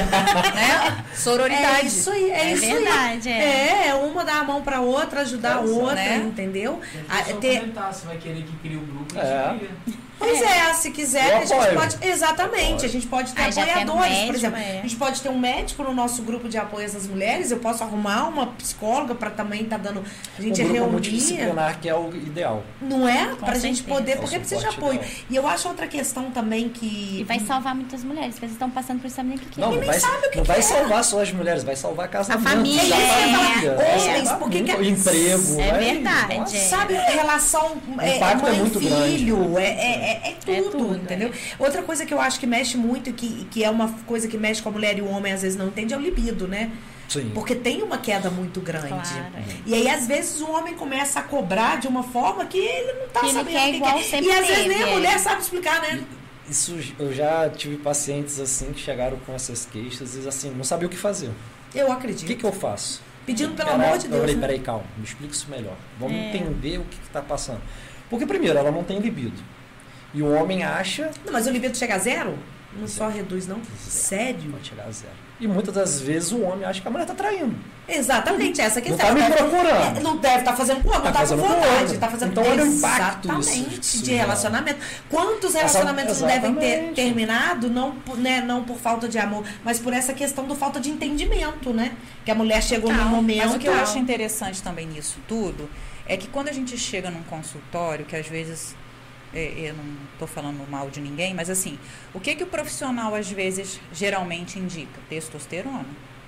É. né? Sororidade. É isso aí, é, é isso verdade, aí. É. é, uma dar a mão para outra, ajudar a outra, né? Entendeu? A, ter... comentar se vai querer que crie o grupo. É. Pois é, se quiser, a gente pode. Exatamente, a gente pode ter Aí apoiadores, um médico, por exemplo. É. A gente pode ter um médico no nosso grupo de apoio às mulheres, eu posso arrumar uma psicóloga para também estar tá dando. A gente um grupo reunir. multidisciplinar, que é o ideal. Não é? Com pra certeza. gente poder, porque é precisa de apoio. Ideal. E eu acho outra questão também que. E vai salvar muitas mulheres, porque eles estão passando por isso também que Não, e não nem vai, sabe o que não que vai é. salvar só as mulheres, vai salvar a casa A família, a família. É. Homens, É. por que que- o emprego. É vai- verdade, Nossa. é. Sabe, relação é, impacto é muito mãe-filho, é, é, é, é tudo, É tudo, entendeu? Outra coisa que eu acho que mexe muito, e que, que é uma coisa que mexe com a mulher e o homem às vezes não entende, é o libido, né? Sim. Porque tem uma queda muito grande. Claro, é. E aí, às vezes, o homem começa a cobrar de uma forma que ele não tá Que ele sabendo quer o que igual quer. sempre E às vezes nem teve, a é. mulher sabe explicar, né? Isso, eu já tive pacientes assim que chegaram com essas queixas e assim, não sabia o que fazer. Eu O acredito. que, que eu faço? Pedindo pelo Cara, amor de Eu Deus. falei, né? peraí, calma, me explica isso melhor. Vamos É. entender o que está passando. Porque, primeiro, ela não tem libido. E o homem acha. Não, mas o libido chega a zero? Não só reduz, não? Zero. Sério? Pode chegar a zero. E muitas das vezes o homem acha que a mulher está traindo. Exatamente, essa questão. Não tá me Ela deve- procurando. é, Não deve estar fazendo com o outro, Tá não tá com fazendo com vontade, outro. tá fazendo Então, olha o impacto exatamente disso- de disso, relacionamento. Quantos Essa- relacionamentos não devem ter exatamente. terminado, não por, né, não por falta de amor, mas por essa questão do falta de entendimento, né? Que a mulher chegou num momento. Mas o que eu ela- acho interessante também nisso tudo é que quando a gente chega num consultório, que às vezes é, eu não estou falando mal de ninguém, mas assim, o que que o profissional às vezes geralmente indica? Testosterona.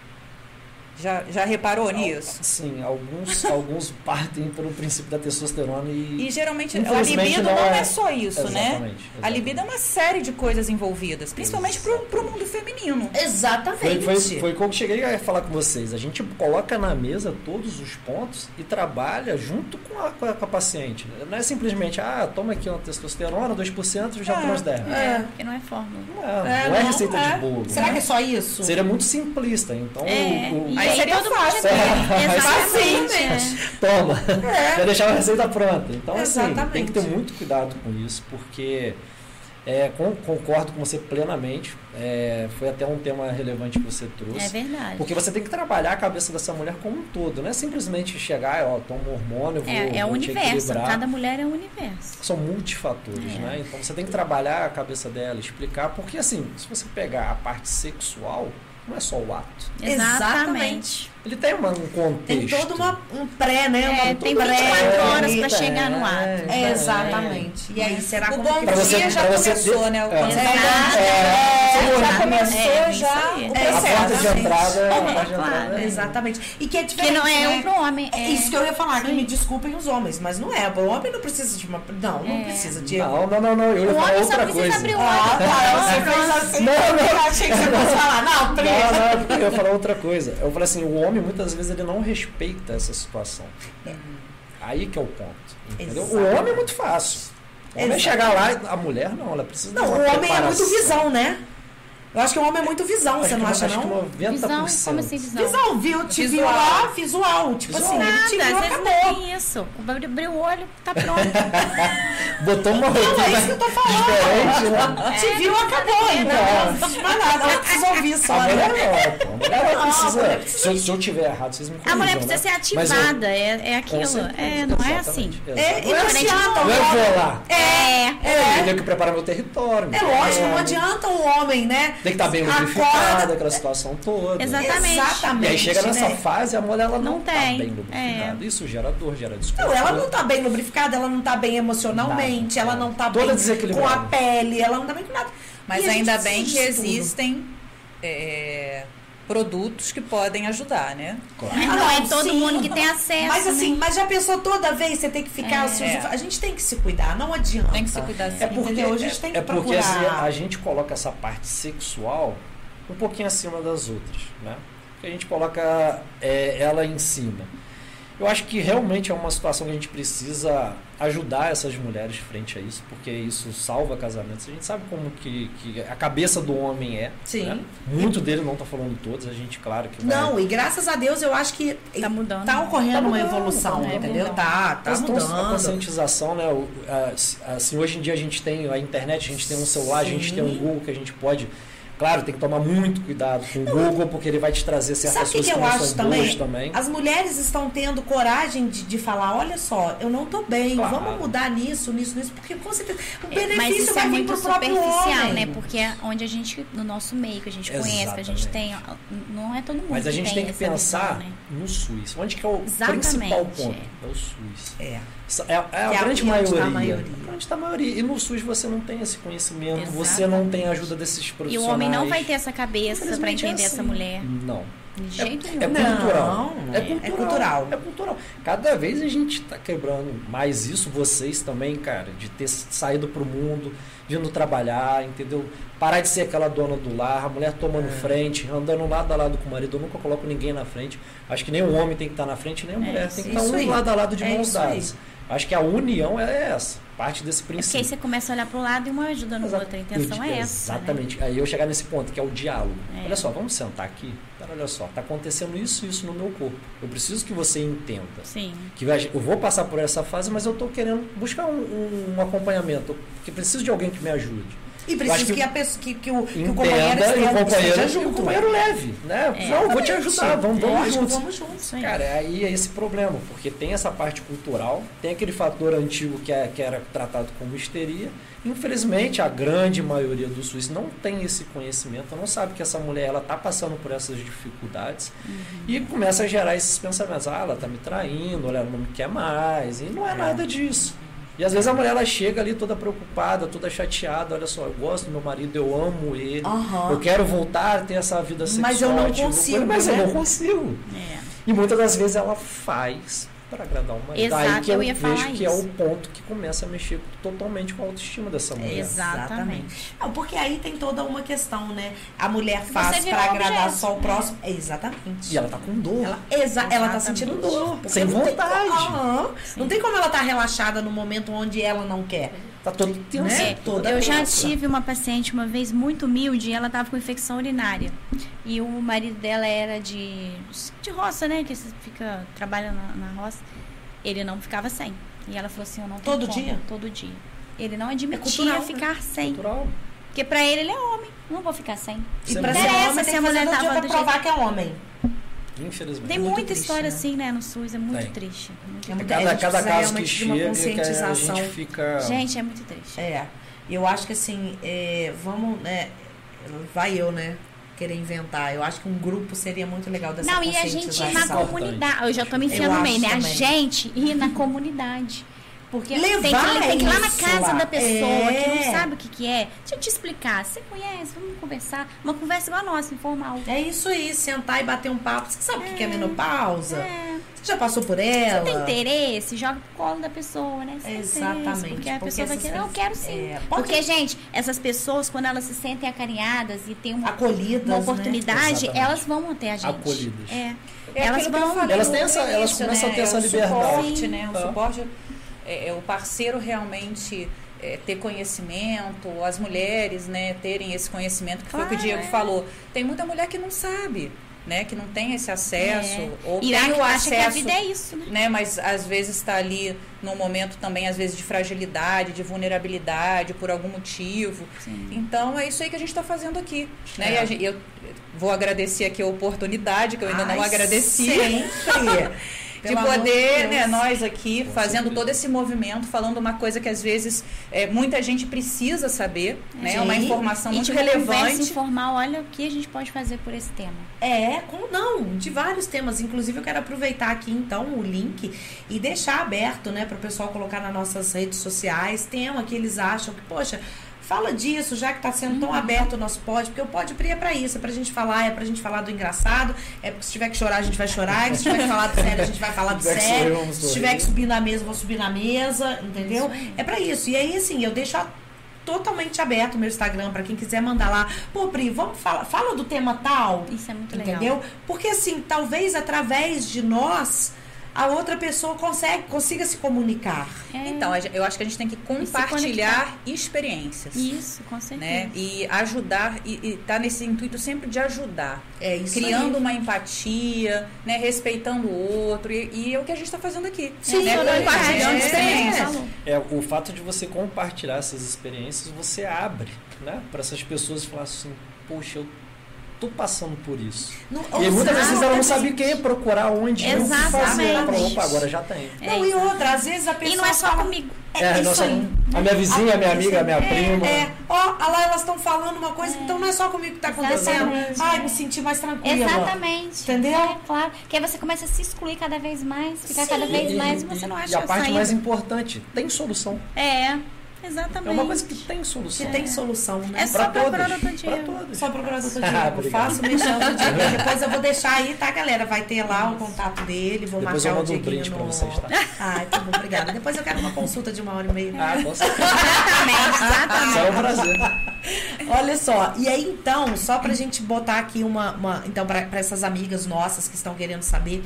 Já, já reparou nisso? Sim, alguns, alguns partem pelo princípio da testosterona e. E geralmente a Infelizmente, libido não não é, é- só isso, né? Exatamente, A libido é uma série de coisas envolvidas, principalmente pro, pro mundo feminino. Exatamente. Foi, foi, foi como eu cheguei a falar com vocês. A gente coloca na mesa todos os pontos e trabalha junto com a, com a, com a paciente. Não é simplesmente, ah, toma aqui uma testosterona, dois por cento já É, transderma. É, porque não é fórmula. Não é, não é receita é. de bolo. Será né? que é só isso? Seria muito simplista. Então, É, o, o- e Aí aí seria todo mundo fácil. já tem. É. Exatamente. Facilmente. toma, É. já deixar a receita pronta. Então, assim, Exatamente. tem que ter muito cuidado com isso, porque É, com, concordo com você plenamente. É, foi até um tema relevante que você trouxe. É verdade. Porque você tem que trabalhar a cabeça dessa mulher como um todo. Não é simplesmente chegar, ó, toma um hormônio, eu vou, É, é o vou te universo. equilibrar. Cada mulher é um universo. São multifatores, É. né? Então você tem que trabalhar a cabeça dela, explicar. Porque assim, se você pegar a parte sexual, não é só o ato. Exatamente. Ele tem uma, um contexto. Tem todo uma, um pré, né? É, Uma, tem um pré, vinte e quatro horas para é, chegar no ato. É, exatamente. E aí, será O como bom que dia você- já pra você começou, ter- né? É. Quando você Exato. é, já É, começou é, isso já aí. o É, A processo. porta de entrada, a É, porta de claro. entrada é- Exatamente. E que é Que diferente, não é né? um pro homem. É É isso que eu ia falar, que Sim. me desculpem os homens, mas não é. O homem não precisa de uma. Não, não É. precisa de. Não, não, não, não. Eu ia O falar homem só outra precisa coisa. abrir o Ah, olho. tá. Você Pronto. fez assim. Não, não. Eu achei que você fosse falar. Não, Pri. Não, não, porque eu ia falar outra coisa. Eu falei assim, o homem muitas vezes ele não respeita essa situação. Aí que é o ponto. Entendeu? O Exato. homem é muito fácil. O homem é Exato. chegar lá, e a mulher não, ela precisa Não, de o uma homem é muito preparação. visão, né? Eu acho que o homem é muito visão, Acho você que não no- acha, acho que não? noventa Visão? por cento. Como assim visão? Visão, viu? Te viu Visual. lá, visual. Tipo Visual. assim, ele Nada, te viu, às vezes não acabou. tem isso. Abrir o olho, tá pronto. Botou uma Não, é rotina isso que eu tô falando. diferente, né? Te viu, acabou. É, Não, não precisa de mais nada. Ela precisa ouvir só, A mulher né? não, pô. A mulher ela Não, precisa. a mulher precisa- Se, eu, se eu tiver errado, vocês me corrijam, A mulher precisa né? ser Mas eu- ativada, é, é com aquilo. certeza, É, não é assim. exatamente, É, e não exatamente. adianta Não o é homem. vou lá. É. É, eu tenho que preparar meu território. É meu lógico, não território. adianta o homem, né? Tem que estar bem Acorda- lubrificado, aquela situação toda. Exatamente. Exatamente. E aí chega nessa né? fase, a mulher ela não, Não tá tem. bem lubrificada. Isso gera dor, gera desconforto. Não, ela não tá bem lubrificada, ela não tá bem emocionalmente, Nada. ela não tá Toda bem desequilibrada. com a pele, ela não tá bem com nada. Mas E a gente ainda bem que precisa disso tudo. existem é, produtos que podem ajudar, né? Claro. Mas Ah, não é não, todo sim. mundo que tem acesso. Mas assim, né? mas já pensou toda vez você tem que ficar. É. se os- A gente tem que se cuidar, não adianta. Tem que se cuidar É sim. porque hoje a gente tem que É porque procurar. assim, a gente coloca essa parte sexual um pouquinho acima das outras, né? Porque a gente coloca é, ela em cima. Eu acho que realmente é uma situação que a gente precisa ajudar essas mulheres frente a isso, porque isso salva casamentos. A gente sabe como que, que a cabeça do homem é. Sim. Né? Muito dele, não estou falando todos, a gente, claro que vai... Não, e graças a Deus eu acho que Tá mudando. tá ocorrendo Tá uma mudando, evolução, tá mudando. entendeu? Tá, tá Mas então, a mudando. conscientização, né? o- a- Assim, hoje em dia a gente tem a internet, a gente tem um celular, a gente Sim. tem um Google que a gente pode. Claro, tem que tomar muito cuidado com o Google, porque ele vai te trazer certas Sabe o que, coisas que que eu não acho são também? boas também. As mulheres estão tendo coragem de, de falar, olha só, eu não tô bem, Claro. vamos mudar nisso, nisso, nisso, porque com certeza o É, benefício mas isso vai é vir muito pro próprio superficial, homem. né? Porque é onde a gente, no nosso meio, que a gente conhece, que a gente tem, ó, não é todo mundo Mas a gente tem que essa pensar visão, né? no SUS. Onde que é o Exatamente, principal ponto? é. É o SUS. É. É, é a Que é grande onde maioria. tá a maioria. Onde está a maioria. E no SUS você não tem esse conhecimento, você Exatamente. não tem a ajuda desses E profissionais. o homem não vai ter essa cabeça pra Infelizmente é entender assim. essa mulher. Não. De jeito É nenhum. Não, cultural. não É é. cultural. É cultural. É cultural. Cada vez a gente está quebrando mais isso, vocês também, cara, de ter saído pro mundo, vindo trabalhar, entendeu? Parar de ser aquela dona do lar, a mulher tomando É. frente, andando lado a lado com o marido. Eu nunca coloco ninguém na frente. Acho que nem o homem tem que estar na frente, nem a mulher. isso, tem que estar isso um aí. lado a lado de É mãos isso aí. dadas. Acho que a união é essa, parte desse É porque aí princípio. você começa a olhar pro lado e uma ajudando o Exato. outro. A intenção é essa. Né? Exatamente. Aí eu chegar nesse ponto, que é o diálogo. É. Olha só, vamos sentar aqui. Pera, olha só, tá acontecendo isso e isso no meu corpo. Eu preciso que você entenda. Sim. Que vai- eu vou passar por essa fase, mas eu estou querendo buscar um, um- um acompanhamento. Porque preciso de alguém que me ajude. E Eu acho preciso que- que, a pessoa, que, que, o, que o Entenda companheiro e o esteja companheiro, e o junto. companheiro leve, né? É. Não, eu vou te ajudar, vamos, vamos Lógico, juntos. vamos juntos. Isso aí. Cara, aí é esse problema, porque tem essa parte cultural, tem aquele fator antigo que, é, que era tratado como histeria. Infelizmente, a grande maioria dos suíços não tem esse conhecimento, não sabe que essa mulher ela está passando por essas dificuldades e começa a gerar esses pensamentos. Ah, ela está me traindo, olha, ela não me quer mais. E não é nada disso. E às vezes a mulher ela chega ali toda preocupada, toda chateada. Olha só, eu gosto do meu marido, eu amo ele, Aham. eu quero voltar a ter essa vida sexual. Mas eu não ativa com consigo, ele, Mas né? eu não consigo. É. E muitas das vezes ela faz para agradar o marido. Exato, Daí que eu, eu ia vejo falar que é isso. o ponto que começa a mexer totalmente com a autoestima dessa mulher. Exatamente. Não, porque aí tem toda uma questão, né? A mulher Você faz virou pra agradar objeto, só o né? próximo. É, exatamente. E ela tá com dor. Ela, exa ela tá Exatamente. sentindo dor. porque Sem não tem vontade. como- Aham. Não tem como ela estar relaxada no momento onde ela não quer. Tá toda tensa. Né? É, toda eu já tensa. tive uma paciente uma vez muito humilde e ela tava com infecção urinária. E o marido dela era de, de roça, né? Que você fica trabalhando na, na roça. Ele não ficava sem. E ela falou assim, eu não tenho Todo como. dia? Todo dia. Ele não admitia É cultural, ficar né? sem. Cultural. Porque pra ele, ele é homem. Não vou ficar sem. E Sim. pra ser Interessa homem, se tem a que fazer mulher todo dia tava pra do provar jeito- que é homem. Infelizmente. Tem É muito muita triste, história né? assim, né, no SUS. É muito Tem. triste. Muito É muito- Cada, a gente cada precisa caso que realmente de uma chega, que a conscientização. gente fica... Gente, é muito triste. É, eu acho que assim, é, vamos, né, vai eu, né, querer inventar. Eu acho que um grupo seria muito legal dessa Não, e a gente ir na conscientização. comunidade. Eu já tô me Eu enfiando no meio, acho né? A também. gente ir na comunidade. Porque Levar tem que, tem que ir lá na isso casa lá. da pessoa É. que não sabe o que, que é. Deixa eu te explicar. Você conhece? Vamos conversar. Uma conversa igual a nossa, informal. É isso aí, sentar e bater um papo. Você sabe o que que é menopausa? É. Você já passou por ela? Você tem interesse? Joga pro colo da pessoa, né? Você tem Exatamente, interesse, Porque a porque pessoa vai essas querer. Eu vezes- quero sim. é, pode- Porque, gente, essas pessoas, quando elas se sentem acarinhadas e têm uma, Acolhidas, uma né? oportunidade, Exatamente. elas vão manter a gente. Acolhidas. É. É Elas aquilo que eu vão. falei Elas no têm essa- elas início, começam né? a ter essa É o liberdade. Suporte, Sim. né? O Tá. suporte, é, é o parceiro realmente é, ter conhecimento, as mulheres, né, terem esse conhecimento, que foi o que o Claro, Diego é. falou. Tem muita mulher que não sabe, né, que não tem esse acesso, É. ou E tem acha o acha que a acesso, vida é isso, né? né, mas às vezes está ali num momento também, às vezes, de fragilidade, de vulnerabilidade, por algum motivo. Sim. Então, é isso aí que a gente está fazendo aqui. Né? É. E a gente- eu vou agradecer aqui a oportunidade, que eu ainda não Ai, agradeci. sempre. De Pelo amor de poder, Deus. né, nós aqui, Com fazendo certeza. todo esse movimento, falando uma coisa que às vezes é, muita gente precisa saber, né? É uma Sim. informação E muito de uma conversa relevante. informal, olha o que a gente pode fazer por esse tema. É, como não, de vários temas. Inclusive, eu quero aproveitar aqui, então, o link e deixar aberto, né, para o pessoal colocar nas nossas redes sociais, tema que eles acham que, poxa, fala disso, já que está sendo tão aberto o nosso pod, porque o pod é para isso, é pra gente falar, é pra gente falar do engraçado, é porque se tiver que chorar, a gente vai chorar, e se tiver que falar do sério, a gente vai falar do Se tiver que sério, sorrir, vamos se sorrir. tiver que subir na mesa, eu vou subir na mesa, entendeu? É para isso. E aí, assim, eu deixo a totalmente aberto o meu Instagram para quem quiser mandar lá. Pô, Pri, vamos falar, fala do tema tal. Isso é muito legal. Entendeu? Porque assim, talvez através de nós a outra pessoa consegue, consiga se comunicar. É, Então, a gen- eu acho que a gente tem que compartilhar experiências. isso, com certeza. Né? E ajudar, e estar nesse intuito sempre de ajudar. É isso Criando aí. uma empatia, né? Respeitando o outro. E, e é o que a gente está fazendo aqui. Sim, né? é, Compartilhando é, experiências. É, o fato de você compartilhar essas experiências, você abre, né? Para essas pessoas falar assim, poxa, eu tô passando por isso. Não, E aí, muitas vezes ela não exatamente. sabe quem procurar, onde, e o que fazer. Ela fala, Exatamente. opa, agora já tem. Não, e outra, às vezes a pessoa E não é só fala, comigo. É, É, isso nossa, aí. a minha vizinha, a minha amiga, a minha É, prima. É, ó, olha lá, elas estão falando uma coisa, então não é só comigo que tá acontecendo. Exatamente. Ai, me senti mais tranquila. Exatamente. Entendeu? É, claro. Que aí você começa a se excluir cada vez mais, ficar cada vez E- mais e e- você não acha E a parte saída. mais importante, tem solução. É, exatamente. É uma coisa que tem solução. Que tem solução, né? É só Pra procurar todas. o doutor Pra Diego. todas. Só procurar o doutor Ah, Diego. obrigado. Faço mexendo do Diego. Depois eu vou deixar aí, tá, galera? Vai ter lá o contato dele, vou Depois eu marcar o mando um Dieguinho print no... pra vocês, tá? Ai, tá bom, obrigada. Depois eu quero uma consulta de uma hora e meia. Ah, com certeza. Exatamente, exatamente. Será um prazer. Olha só, e aí então, só pra gente botar aqui uma... uma então, pra, pra essas amigas nossas que estão querendo saber.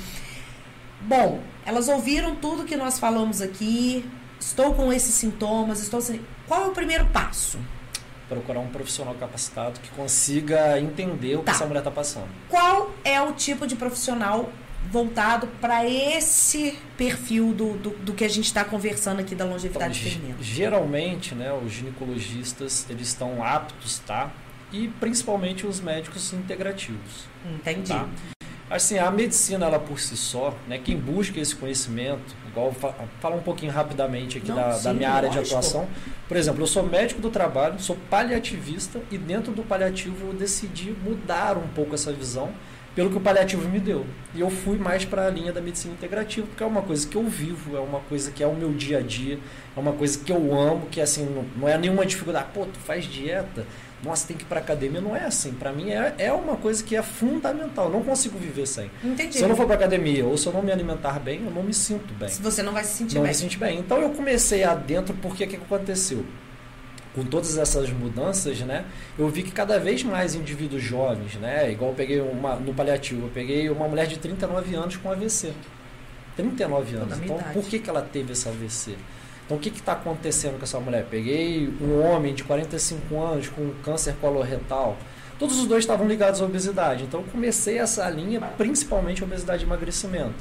Bom, elas ouviram tudo que nós falamos aqui. Estou com esses sintomas, estou... sem- Qual é o primeiro passo? Procurar um profissional capacitado que consiga entender o que Tá. essa mulher está passando. Qual é o tipo de profissional voltado para esse perfil do, do, do que a gente está conversando aqui da longevidade Então, feminina? geralmente, né, os ginecologistas, eles estão aptos, tá? E principalmente os médicos integrativos. Entendi. Tá? Assim, a medicina, ela por si só, né, quem busca esse conhecimento, igual fa- falar um pouquinho rapidamente aqui Não, da, sim, da minha área de lógico. atuação. Por exemplo, eu sou médico do trabalho, sou paliativista e dentro do paliativo eu decidi mudar um pouco essa visão pelo que o paliativo me deu. E eu fui mais para a linha da medicina integrativa, porque é uma coisa que eu vivo, é uma coisa que é o meu dia a dia, é uma coisa que eu amo, que assim, não, não é nenhuma dificuldade. Pô, tu faz dieta? Nossa, tem que ir para academia. Não é assim. Para mim é, é uma coisa que é fundamental. Eu não consigo viver sem. Entendi. Se eu não for para academia ou se eu não me alimentar bem, eu não me sinto bem. Se você não vai se sentir Não bem. me sinto bem. Então eu comecei adentro porque o que aconteceu? Com todas essas mudanças, né? Eu vi que cada vez mais indivíduos jovens, né? Igual eu peguei uma, no paliativo, eu peguei uma mulher de trinta e nove anos com A V C. trinta e nove anos. Toda a minha Então, idade. por que, que ela teve esse A V C? Então, o que está acontecendo com essa mulher? Peguei um homem de quarenta e cinco anos com câncer coloretal. Todos os dois estavam ligados à obesidade. Então, eu comecei essa linha, principalmente obesidade e emagrecimento.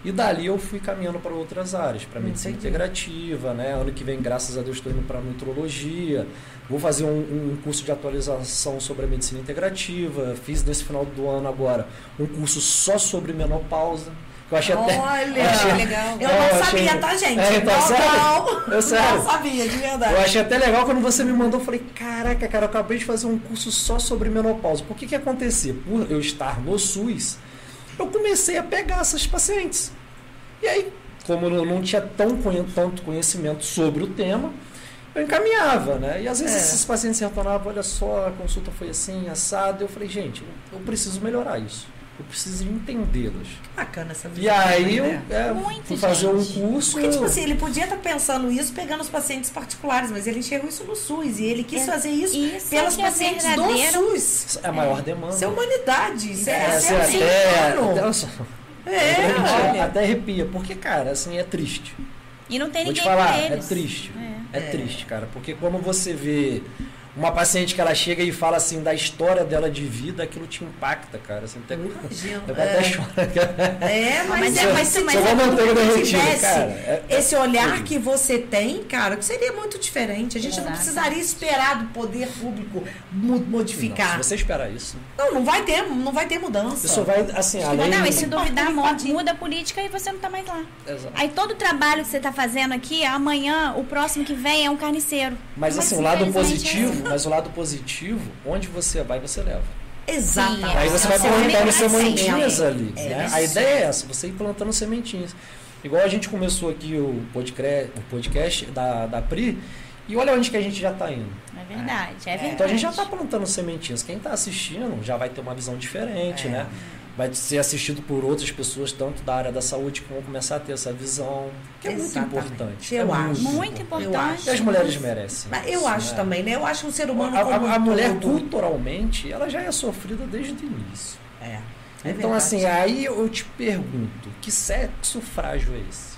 E dali eu fui caminhando para outras áreas, para medicina Entendi. integrativa, né? Ano que vem, graças a Deus, estou indo para nutrologia. Vou fazer um, um curso de atualização sobre a medicina integrativa. Fiz nesse final do ano agora um curso só sobre menopausa. Eu achei até. Olha, eu achei, legal. Eu é, não eu sabia, achei- tá, gente? É, então, não, sério? não, Eu, sério. não sabia, de verdade. Eu achei até legal quando você me mandou, eu falei, caraca, cara, eu acabei de fazer um curso só sobre menopausa. Por que que acontecia? Por eu estar no SUS, eu comecei a pegar essas pacientes. E aí, como eu não tinha tão conhe- tanto conhecimento sobre o tema, eu encaminhava, né? E às vezes É. esses pacientes retornavam, olha só, a consulta foi assim, assado. Eu falei, gente, eu preciso melhorar isso. Eu preciso entendê-las. Bacana essa visão. E aí eu né? é, Muito, fui fazer um gente. curso. Porque, tipo assim, ele podia estar pensando isso pegando os pacientes particulares, mas ele enxergou isso no SUS e ele quis É, fazer isso, isso pelas que é pacientes verdadeiro. do SUS. É a maior demanda. Isso é humanidade, isso é, É, isso é assim, ser até, humano. até, olha só, É, até, olha. até arrepia, porque, cara, assim, é triste. E não tem Vou te ninguém falar, pra é eles. triste. É. É. É. triste, cara, porque quando você vê uma paciente que ela chega e fala assim da história dela de vida, aquilo te impacta, cara. Assim, até, Eu imagino, eu até é. choro, cara. É, mas, Mas é, é- mas se mas todo é manteiga mundo derretida, tivesse cara. É- esse olhar é- que você tem, cara, que seria muito diferente. A gente não Exato. precisaria esperar do poder público mu- Não, modificar. se você esperar isso, Não, não vai ter, não vai ter mudança. isso vai, assim, além... Não, e se duvidar, Tem mo- partido. muda a política e você não tá mais lá. Exato. Aí todo o trabalho que você tá fazendo aqui, amanhã, o próximo que vem é um carniceiro. Mas assim, o Mas, lado infelizmente, positivo, mas o lado positivo, onde você vai, você leva. Exatamente. Sim, Aí você vai Essa é a plantando melhor sementinhas semente. ali. É né? isso. A ideia é essa, você ir plantando sementinhas. Igual a gente começou aqui o podcast, o podcast da, da Pri, e olha onde que a gente já está indo. É verdade, é, verdade. Então a gente já está plantando sementinhas. Quem está assistindo já vai ter uma visão diferente, É. né? Vai ser assistido por outras pessoas, tanto da área da saúde, que vão começar a ter essa visão, que é Exatamente. muito importante. Eu é acho. Muito Eu importante. acho. E as mulheres merecem. Mas eu isso, acho né? também, né? Eu acho um ser humano A, como a- a um mulher, todo. culturalmente, ela já é sofrida desde o início. É. É então, verdade. assim, aí eu te pergunto, que sexo frágil é esse?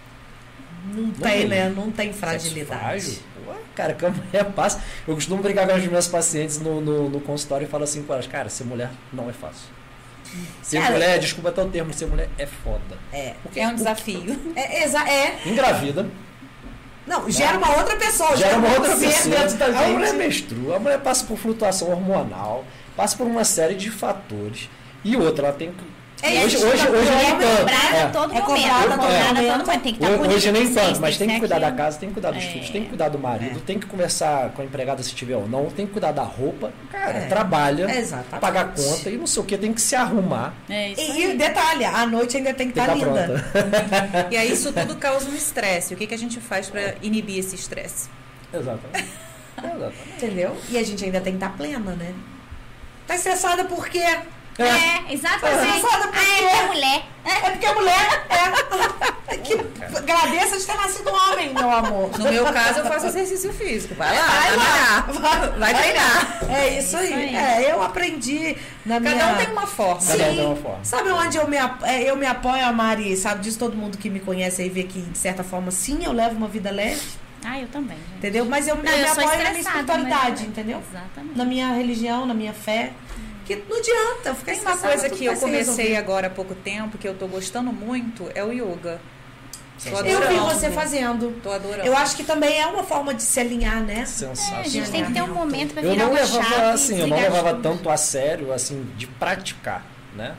Não tem, tem. né? Não tem Sexo fragilidade. frágil? Ué, cara, que a mulher passa... Eu costumo brincar com as minhas pacientes no, no, no consultório e falo assim com elas, cara, ser mulher não é fácil. Ser Cara, mulher, desculpa até o termo, ser mulher é foda. É. Porque É um desafio. É, exa- é. engravida, Não, gera uma outra pessoa. gera uma outra ser pessoa. dentro da A mulher gente. menstrua, a mulher passa por flutuação hormonal, passa por uma série de fatores. E outra, ela tem que... É, hoje, isso, hoje, tá hoje nem cobrada tanto. Cobrada É. a todo É momento. cobrada a todo cobrada a todo momento. momento. Tem que estar Hoje, bonito. hoje nem vocês, tanto, mas tem que cuidar da aquilo. casa, tem que cuidar dos É. filhos, tem que cuidar do marido, É. tem que conversar com a empregada se tiver ou não, tem que cuidar da roupa. Cara, É. trabalha, Exatamente. pagar conta e não sei o que, tem que se arrumar. É isso E, aí. e detalhe, à noite ainda tem que Tem estar que estar linda. pronta. E aí isso tudo causa um estresse. O que, que a gente faz para inibir esse estresse? Exatamente. Exatamente. Entendeu? E a gente ainda tem que estar plena, né? Tá estressada por quê? É, exatamente. Sabe por Ah, quê? é minha mulher. É porque a mulher é. Que agradeça de ter nascido homem, meu amor. No meu caso, eu faço exercício físico. Vai lá, Vai vai lá. lá. Vai treinar. É isso aí. Isso aí. É, eu aprendi na minha. Cada um tem uma forma. Cada um Sim. tem uma forma. Sabe onde eu me, ap- é, eu me apoio, a Mari? Sabe disso, todo mundo que me conhece aí vê que, de certa forma, sim, eu levo uma vida leve, Ah, eu também, gente. entendeu? Mas eu, Não, eu me eu sou apoio na minha estressada, espiritualidade, mas- entendeu? Exatamente. Na minha religião, na minha fé. Que não adianta, eu ficar Tem uma estressada, coisa tudo que eu vai ser comecei resolvido. agora há pouco tempo, que eu tô gostando muito, é o yoga. Tô Eu vi adorando. você fazendo. Tô adorando. Eu acho que também é uma forma de se alinhar, né? É, a Sensacional. gente tem que ter um momento pra Eu virar não uma levava chave assim, e eu não desligar de levava tudo. tanto a sério, assim, de praticar, né?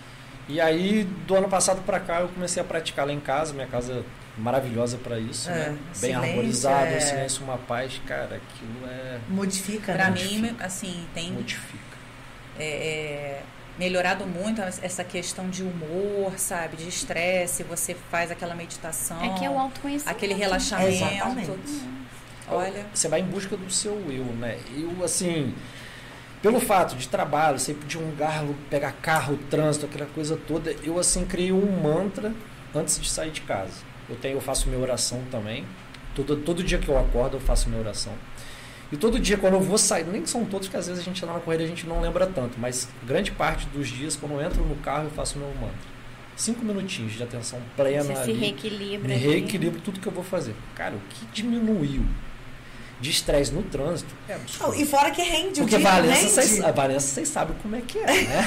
E aí, do ano passado pra cá, eu comecei a praticar lá em casa, minha casa maravilhosa pra isso, É, né? Bem silêncio, arborizado, é. um silêncio, uma paz, cara, aquilo é Modifica, Pra né? mim, assim, tem modifica. é, é, melhorado muito essa questão de humor, sabe? De estresse, você faz aquela meditação. É que é o autoconhecimento. Aquele relaxamento. Exatamente. Olha, Você vai em busca do seu eu, né? Eu, assim, pelo fato de trabalho, sempre de um garro, pegar carro, trânsito, aquela coisa toda, eu, assim, criei um mantra antes de sair de casa. Eu tenho, eu faço minha oração também. Todo, todo dia que eu acordo, eu faço minha oração. E todo dia, quando eu vou sair, nem são todos, que às vezes a gente lá na corrida a gente não lembra tanto, mas grande parte dos dias, quando eu entro no carro, eu faço meu mantra. Cinco minutinhos de atenção plena Você se ali. reequilibra. Me ali. reequilibro tudo que eu vou fazer. Cara, o que diminuiu de estresse no trânsito é absurdo. Não, e fora que rende Porque o dia, Valença, rende. vocês, a Valença, vocês sabem como é que é, né?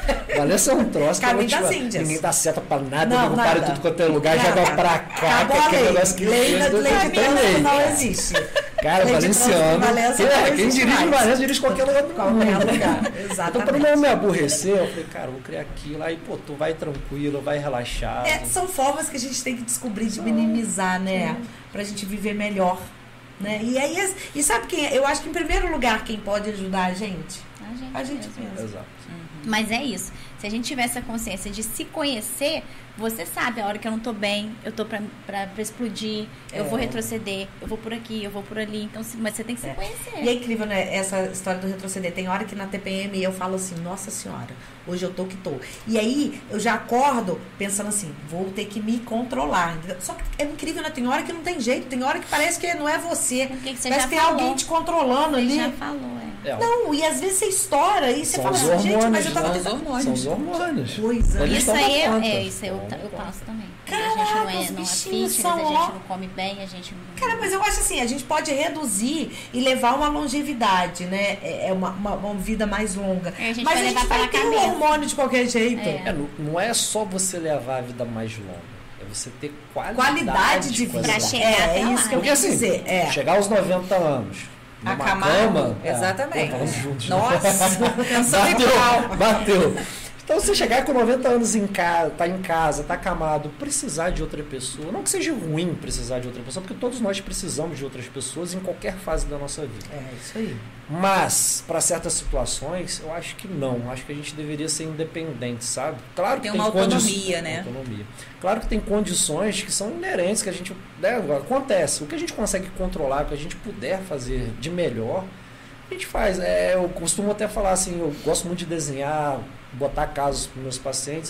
Valência é um troço que Caminho eu vou te das falar. Índias. Ninguém dá seta pra nada, Não, nego para nada. tudo quanto é lugar, Nada. joga pra cá, Acabou que a aquele lei. negócio que Lei, fez da- do- lei de tem trânsito lei, não cara. existe. Cara, Lei de valenciano. trânsito em Valença é, não quem existe dirige mais. Valença dirige qualquer lugar do Qualquer mundo. lugar. Então, pra Exatamente. não me aborrecer, eu falei, cara, eu vou criar aquilo. Aí, pô, tu vai tranquilo, vai relaxado. É, são formas que a gente tem que descobrir de minimizar, né? Pra gente viver melhor. Né? E aí, as- e sabe quem? é? Eu acho que em primeiro lugar quem pode ajudar a gente? A gente, A gente mesmo. mesmo. Exato. Mas é isso. Se a gente tiver essa consciência de se conhecer, você sabe a hora que eu não tô bem, eu tô pra, pra, pra explodir, eu É. vou retroceder, eu vou por aqui, eu vou por ali. Então, se- mas você tem que se É. conhecer. E é incrível, né? Essa história do retroceder. Tem hora que na T P M eu falo assim, nossa senhora, hoje eu tô que tô. E aí eu já acordo pensando assim, vou ter que me controlar. Entendeu? Só que é incrível, né? Tem hora que não tem jeito, tem hora que parece que não é você. Porque que você Parece já que tem falou. alguém te controlando Você ali. já falou, é. É, Não, e às vezes você estoura e você São fala os assim, gente, mas eu hormônios, tava né? tentando. São os hormônios. Coisa. Eles Isso tomam aí é, conta. é, isso aí eu, Tomam eu conta. passo também. Caraca, a gente não é, os não é bichinhos fitness, são, a gente ó. não come bem, a gente não... Cara, mas eu acho assim, a gente pode reduzir e levar uma longevidade, né? É é uma, uma, uma vida mais longa. É, a gente mas vai a gente levar vai pela ter um cabeça. hormônio de qualquer jeito. É. É, não, não é só você levar a vida mais longa. É você ter qualidade, Qualidade de vida. qualidade. Pra chegar é, até é lá, isso que eu Porque quis assim, dizer. É. chegar aos noventa anos, numa Acamado, cama... exatamente. É, pô, vamos juntos. Nossa, pensando igual. Bateu, bateu. Então, você chegar com noventa anos em casa, tá em casa, tá acamado, precisar de outra pessoa, não que seja ruim precisar de outra pessoa, porque todos nós precisamos de outras pessoas em qualquer fase da nossa vida. É, isso aí. Mas, para certas situações, eu acho que não. Acho que a gente deveria ser independente, sabe? Claro que Tem tem, uma condi- autonomia, né? Autonomia. Claro que tem condições que são inerentes, que a gente... Né, acontece. O que a gente consegue controlar, o que a gente puder fazer de melhor, a gente faz. É, eu costumo até falar assim, eu gosto muito de desenhar, botar casos para meus pacientes.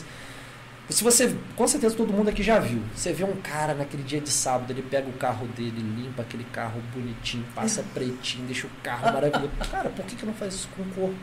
Se você, com certeza todo mundo aqui já viu, você vê um cara naquele dia de sábado, ele pega o carro dele, limpa aquele carro bonitinho, passa pretinho, deixa o carro maravilhoso. Cara, por que que não faz isso com o corpo?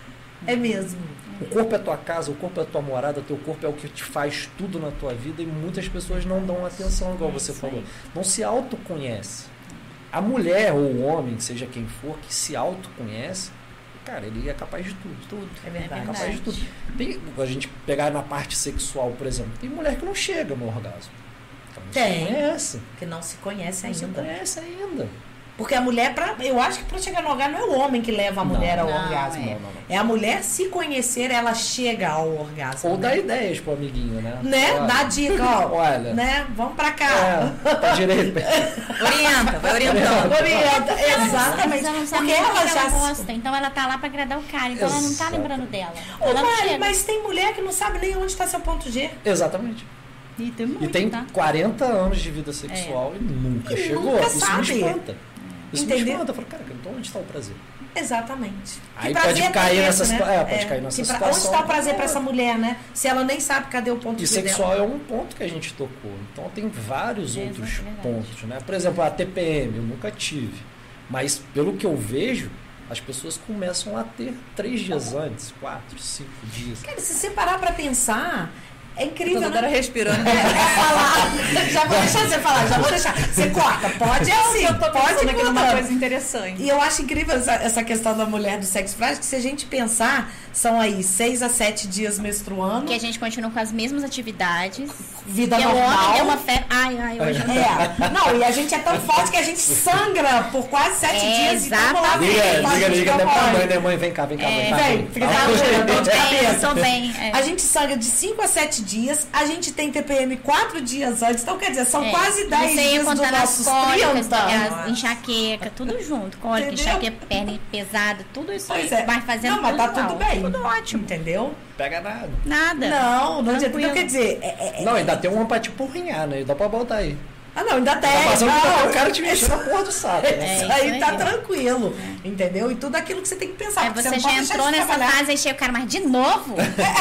É mesmo. O corpo é tua casa, o corpo é tua morada, o teu corpo é o que te faz tudo na tua vida e muitas pessoas não dão atenção, igual É você isso falou. aí. Não se autoconhece. A mulher ou o homem, seja quem for, que se autoconhece, cara, ele é capaz de tudo. Tudo. É É verdade. capaz de tudo. Tem, a gente pegar na parte sexual, por exemplo, tem mulher que não chega no orgasmo. Então, não Tem. se conhece. Que não se conhece Não se ainda. conhece ainda. Porque a mulher, pra, eu acho que para chegar no orgasmo, não é o homem que leva a Não. mulher ao Não, orgasmo. é. Não, não, não. É a mulher se conhecer, ela chega ao orgasmo. Ou né? dá ideias pro amiguinho, né? Né? Olha, Dá dica, ó. Olha. Né? Vamos pra cá. É, tá direito. Orienta, vai orientando. Orienta. Exatamente. Ela não sabe Porque nem o que ela já. ela gosta, então ela tá lá pra agradar o cara, então ela não tá Exato. lembrando dela. Ô, ela não Mari, chega. mas tem mulher que não sabe nem onde está seu ponto G. Exatamente. E tem muito, E tem tá? quarenta anos de vida sexual e nunca E chegou. nunca Isso sabe. me espanta. Isso me Entendeu? espanta. Eu falo, cara, então onde está o prazer? Exatamente. Aí Que prazer pode cair é nessa esse, situa- né? é, pode cair nessa Que pra- situação. Onde está o prazer para essa mulher, né? Se ela nem sabe cadê o ponto E G dela. sexual é um ponto que a gente tocou. Então tem vários É, outros verdade. pontos, né? Por exemplo, a T P M eu nunca tive. Mas pelo que eu vejo, as pessoas começam a ter três dias antes, quatro, cinco dias. Cara, se você parar para pensar, é incrível, Toda hora né? respirando. falar. Já vou deixar você falar, já vou deixar. Você corta, pode é assim, Eu tô pode pensando aqui numa cortar. coisa interessante. E eu acho incrível essa, essa questão da mulher do sexo frágil, que se a gente pensar, são aí seis a sete dias menstruando, Que a gente continua com as mesmas atividades. vida que o normal. homem deu uma fé. Ai, ai, hoje eu não. É, não, e a gente é tão forte que a gente sangra por quase sete É, dias e tamo lá Liga, vendo, liga, a gente liga não até pra pode. mãe, né? Mãe, vem cá, vem cá, vem cá. Vem, fica tranquila, dor de É, cabeça. eu tô bem. é. A gente sangra de cinco a sete dias, a gente tem T P M quatro dias antes, então quer dizer, são É. quase dez Você ia dias dos contando as nossos cólicas, trinta. as enxaqueca, tudo junto. Cólica, Entendeu? enxaqueca, perna pesada, tudo isso Pois aí. é. Vai fazendo Não, mas tá tudo tudo igual. bem. Tudo ótimo. Entendeu? Pega nada. Nada. Não, não adianta. Tranquilo. Então quer dizer, é, é- Não, ainda tem uma pra te porrinhar, né? Dá pra botar aí. ah não, ainda tem. Tá passando não, por o cara te mexendo na porra do saco. Isso, Né? É, isso aí aí. tá tranquilo, entendeu? E tudo aquilo que você tem que pensar. Aí porque você não já pode deixar entrou de nessa trabalhar. fase, aí chega o cara, mas de novo?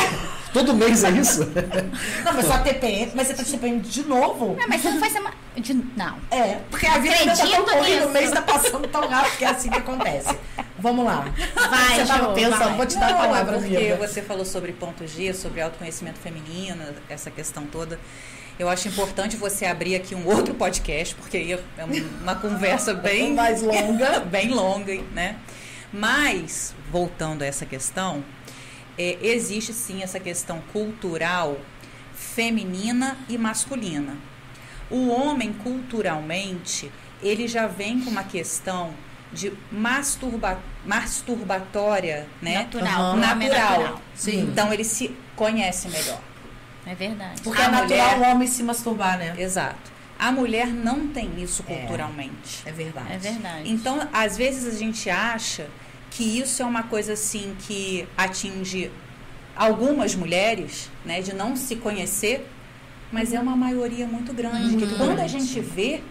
Todo mês é isso? Não, mas só T P M, mas você tá de T P M de novo? Não, mas você não foi semana. De... Não. É, porque a vida ainda tá tão Acredito corrida, o nisso. mês tá passando tão rápido que é assim que acontece. Vamos lá. Vai, Você tava Jo, pensando, vai. vou te dar a Não, palavra, é porque amiga. você falou sobre ponto G, sobre autoconhecimento feminino, essa questão toda. Eu acho importante você abrir aqui um outro podcast, porque aí é uma conversa bem mais longa. bem longa, né? Mas, voltando a essa questão, é, existe sim essa questão cultural feminina e masculina. O homem, culturalmente, ele já vem com uma questão de masturba, masturbatória, né? Natural. Uhum. Natural. natural. Sim. Então, ele se conhece melhor. É verdade. Porque A é natural mulher- o homem se masturbar, né? Exato. A mulher não tem isso É. culturalmente. É verdade. É verdade. Então, às vezes a gente acha que isso é uma coisa assim que atinge algumas mulheres, né, de não se conhecer, mas é uma maioria muito grande. Que quando a gente vê,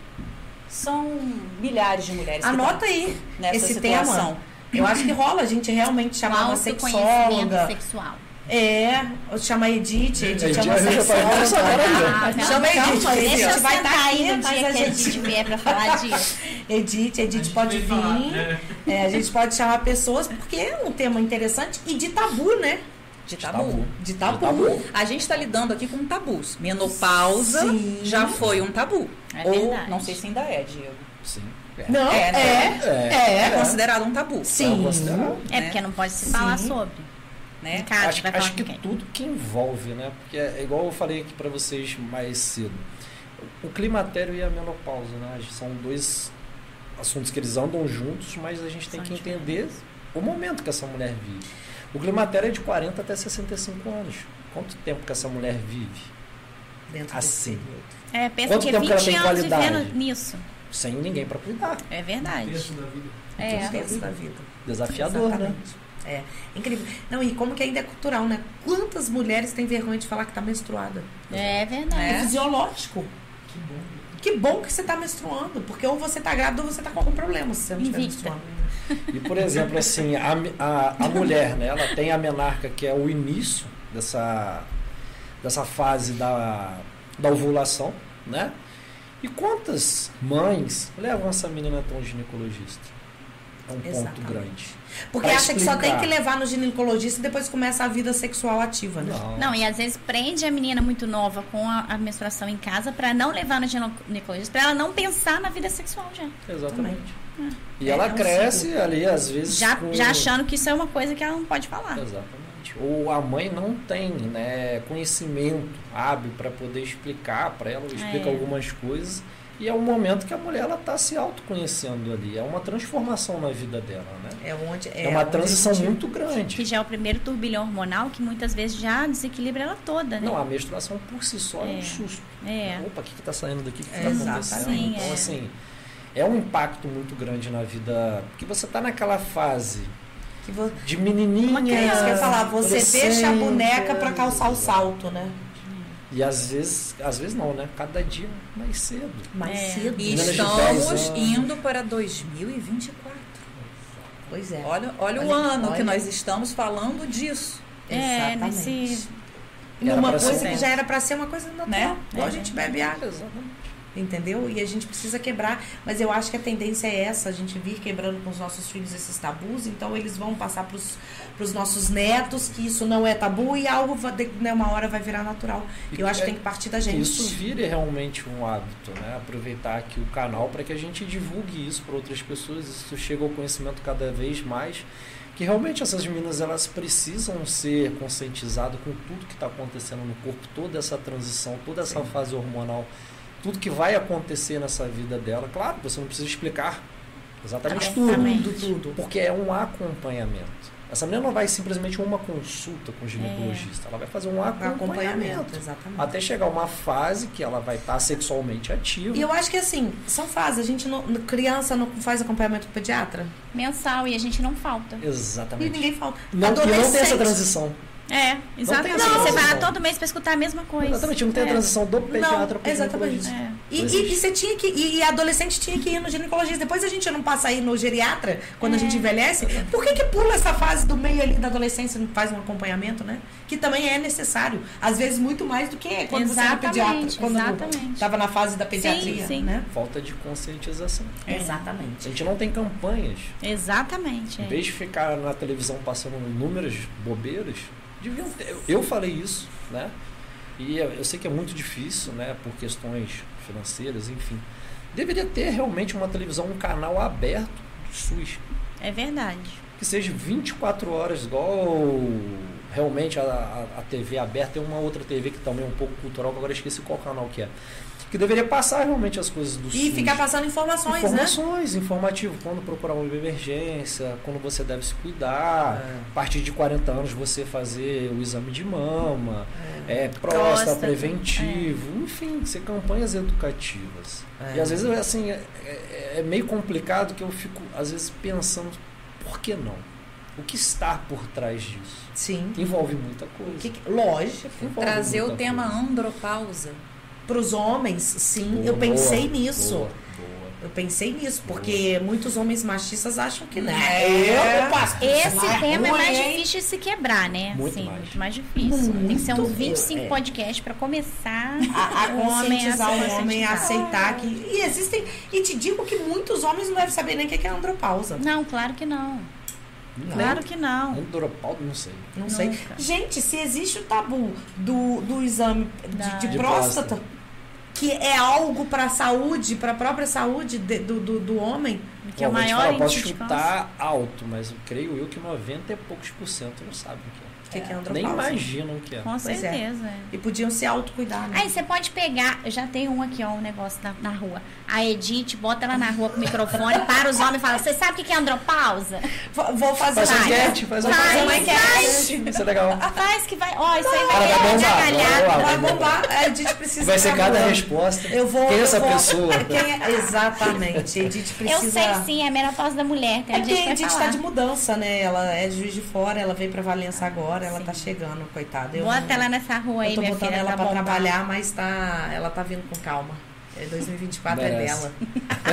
são milhares de mulheres. que Anota estão aí nessa esse situação. tema. Eu acho que rola a gente realmente chamar uma Autoconhecimento sexóloga. sexual. É, chama a Edith, a Edith é Edith uma já faz sexóloga. essa hora aí, ó. Ah, não, Chama a Edith, calma, Edith, deixa eu vai sentar estar aí aqui, no mas dia a que a gente- gente vier pra falar disso. Edith, a Edith pode vai falar, vir. é. É, a gente pode chamar pessoas, porque é um tema interessante e de tabu, né? De tabu. Tabu. De tabu. De tabu. A gente está lidando aqui com tabus. Menopausa Sim. já foi um tabu. É Ou, verdade. não sei se ainda é, Diego. Sim. É. Não, É, é. né? É. É considerado um tabu. Sim. É considerado. É Né? porque não pode se falar Sim. sobre. Né? Em casa, Acho, vai acho falar que com quem? tudo que envolve, né? Porque é igual eu falei aqui para vocês mais cedo. O climatério e a menopausa, né? São dois assuntos que eles andam juntos, mas a gente tem São que entender o momento que essa mulher vive. O climatério é de quarenta até sessenta e cinco anos. Quanto tempo que essa mulher vive Dentro assim, É, pensa Quanto que é tempo que ela vinte tem anos qualidade? vivendo nisso. sem ninguém para cuidar? É verdade. Terço da vida. É. desse tempo da vida. Desafiador, né? Exatamente. É, incrível. Não, e como que ainda é cultural, né? Quantas mulheres têm vergonha de falar que tá menstruada? É É, verdade. fisiológico. Que bom. Que bom que você tá menstruando, porque ou você tá grávida ou você tá com algum problema se você não estiver Invicta. menstruando. E, por exemplo, assim, a, a, a mulher, né, ela tem a menarca, que é o início dessa, dessa fase da, da ovulação, né? E quantas mães levam essa menina até um ginecologista? É um ponto Exatamente. grande. Porque Pra acha que só tem explicar. que levar no ginecologista e depois começa a vida sexual ativa, né? Não. Não, e às vezes prende a menina muito nova com a, a menstruação em casa pra não levar no ginecologista, pra ela não pensar na vida sexual já. Exatamente. E É, ela é um cresce ciclo. ali, às vezes. Já, com- já achando que isso é uma coisa que ela não pode falar. Exatamente. Ou a mãe não tem, né, conhecimento hábil para poder explicar para ela, explica É. algumas coisas. E é um momento que a mulher ela está se autoconhecendo ali. É uma transformação na vida dela, né? É onde É, uma onde a transição gente- muito Que grande. já é o primeiro turbilhão hormonal que muitas vezes já desequilibra ela toda, né? Não, a menstruação por si só é, É. um susto. É. Opa, o que está saindo daqui? O que É, está exatamente. acontecendo? Sim, Então, é. assim, é um impacto muito grande na vida. Porque você está naquela fase Que vo- de menininha. Uma criança quer falar, você adolescente, deixa a boneca pra calçar o salto, né? E às vezes, às vezes não, né? Cada dia mais cedo. Mais É. cedo. E Meninas de estamos dez anos. indo para dois mil e vinte e quatro. Pois é. Olha, olha, o Olha, ano que olha. nós estamos falando disso. É, Exatamente. nesse... Era Uma pra coisa ser. que já era pra ser uma coisa natural. Né? Igual a É. gente bebe água. Exatamente. Entendeu? E a gente precisa quebrar. Mas eu acho que a tendência é essa, a gente vir quebrando com os nossos filhos esses tabus, então eles vão passar para os nossos netos que isso não é tabu e algo, vai, né, uma hora vai virar natural. E eu acho que é- tem que partir da gente. Isso vire realmente um hábito, né? Aproveitar aqui o canal para que a gente divulgue isso para outras pessoas, isso chega ao conhecimento cada vez mais, que realmente essas meninas elas precisam ser conscientizadas com tudo que está acontecendo no corpo, toda essa transição, toda essa fase hormonal, tudo que vai acontecer nessa vida dela. Claro, você não precisa explicar exatamente tudo, Exatamente. Tudo, tudo. porque é um acompanhamento. Essa menina não vai simplesmente uma consulta com o ginecologista, ela vai fazer um acompanhamento. Acompanhamento, exatamente. Até chegar uma fase que ela vai estar sexualmente ativa. E eu acho que assim, são fases. A gente não. Criança não faz acompanhamento com pediatra? Mensal e a gente não falta. E Exatamente. ninguém falta. Não, e não tem essa Adolescente. transição. É, exatamente. essa Você vai transição. lá todo mês pra escutar a mesma coisa. Exatamente, não tem É. a transição do pediatra para o exatamente. ginecologista. É. E, Não e, e existe. você tinha que. E, e adolescente tinha que ir no ginecologista. Depois a gente não passa aí no geriatra, quando a gente envelhece. Por que, que pula essa fase do meio ali da adolescência e não faz um acompanhamento, né? Que também é necessário. Às vezes muito mais do que quando você era Exatamente, pediatra. Quando exatamente. estava na fase da pediatria. sim. Né? Falta de conscientização. É. Exatamente. A gente não tem campanhas. Exatamente. Em É. vez de ficar na televisão passando inúmeras bobeiras, deviam ter. Eu, eu falei isso, né? E eu, eu sei que é muito difícil, né? Por questões financeiras, enfim. Deveria ter realmente uma televisão, um canal aberto do SUS. É verdade. Que seja vinte e quatro horas, igual realmente a, a, a T V aberta. Tem uma outra T V que também é um pouco cultural, que agora eu esqueci qual canal que é. Que deveria passar realmente as coisas do E SUS. ficar passando informações, Informações, né? informativo. Quando procurar uma emergência, quando você deve se cuidar. É. A partir de quarenta anos você fazer o exame de mama, é. É, próstata, próstata, preventivo, é. Enfim, ser campanhas educativas. É. E às vezes assim, é, é, é meio complicado que eu fico, às vezes, pensando, por que não? O que está por trás disso? Sim. Envolve muita coisa. Que, lógico. Trazer o tema coisa. andropausa. Para os homens, sim, boa, eu pensei boa, nisso. Boa, boa. Eu pensei nisso, porque boa. Muitos homens machistas acham que não. É. Eu passo. Esse é tema ruim, é mais hein? difícil de se quebrar, né? Muito Sim, mais. muito mais difícil. Muito Tem que ser uns vinte e cinco é. podcasts para começar a, a conscientizar o homem a aceitar é. que. E existem. E te digo que muitos homens não devem saber nem o que é andropausa. Não, claro que não. Não. Claro que não. Andropausa, não sei. Não sei. Nunca. Gente, se existe o tabu do, do exame de, de De próstata, próstata. que é algo para a saúde, para a própria saúde de, do, do, do homem. Que é o Bom, vou te maior falar, posso índice de chutar alto, mas eu creio eu que noventa e poucos por cento não sabem o que é. O que, que é andropausa? Nem imaginam o que é. Com Pois é. certeza. É. E podiam se autocuidar, né? Aí você pode pegar, eu já tenho um aqui, ó, um negócio na, na rua. A Edith bota ela na rua com o microfone, para os homens e fala: você sabe o que é andropausa? Vou, vou fazer Faz uma uma enquete, faz uma Faz, uma faz. enquete. Isso é legal. Faz que vai. Ó, isso aí Cara, vai vai bombar, gargalhar. vai lá, Vai vai bombar. A Edith precisa. Vai ser ficar cada voando. resposta. Eu vou. Quem é eu essa vou- pessoa? Quem é- Exatamente. Edith precisa. Eu sei sim, é a menopausa da mulher. Tem É um porque dia a que Edith vai está falar. de mudança, né? Ela é Juiz de Fora, ela veio para Valença agora, ela Sim. tá chegando, coitada. Eu Bota não- ela nessa rua aí, Eu tô minha botando filha. ela Tá pra bombando. trabalhar, mas tá, ela tá vindo com calma. É dois mil e vinte e quatro é Merece. dela.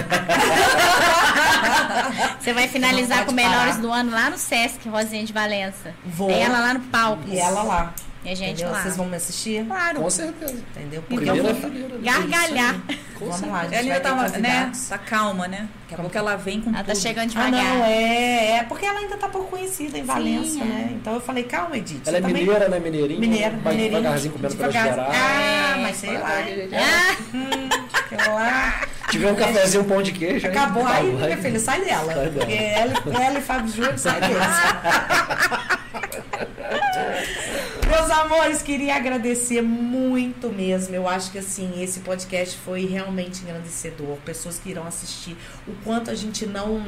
Você vai finalizar Não com pode Melhores parar. do Ano lá no Sesc, Rosinha de Valença. Vou. É ela lá no palco. E ela lá. E a gente Entendeu? lá. Vocês vão me assistir? Claro. Com certeza. Entendeu? Então, Primeira vou fileira. gargalhar. Com Vamos lá, a gente Ela vai ainda ter tá, né? convidados. Tá calma, né? Daqui a pouco ela vem com Ela tá tudo. chegando Ah, devagar. não, é, é porque ela ainda tá pouco conhecida em Valença, Sim, é. né? Então eu falei, calma, Edith. Ela é você também- mineira, né? Mineirinha. Mineira, Vai mineirinha. devagarzinho comendo pelas Devagar. beiradas. Ah, mas sei lá. Ah, Aquela lá. Tiver um cafezinho, um pão de queijo. aí Acabou tá, aí, vai. minha filha, sai dela. Sai dela. Porque ela, ela e Fábio Júnior sai deles. Meus amores, queria agradecer muito mesmo. Eu acho que assim, esse podcast foi realmente engrandecedor. Pessoas que irão assistir. O quanto a gente não.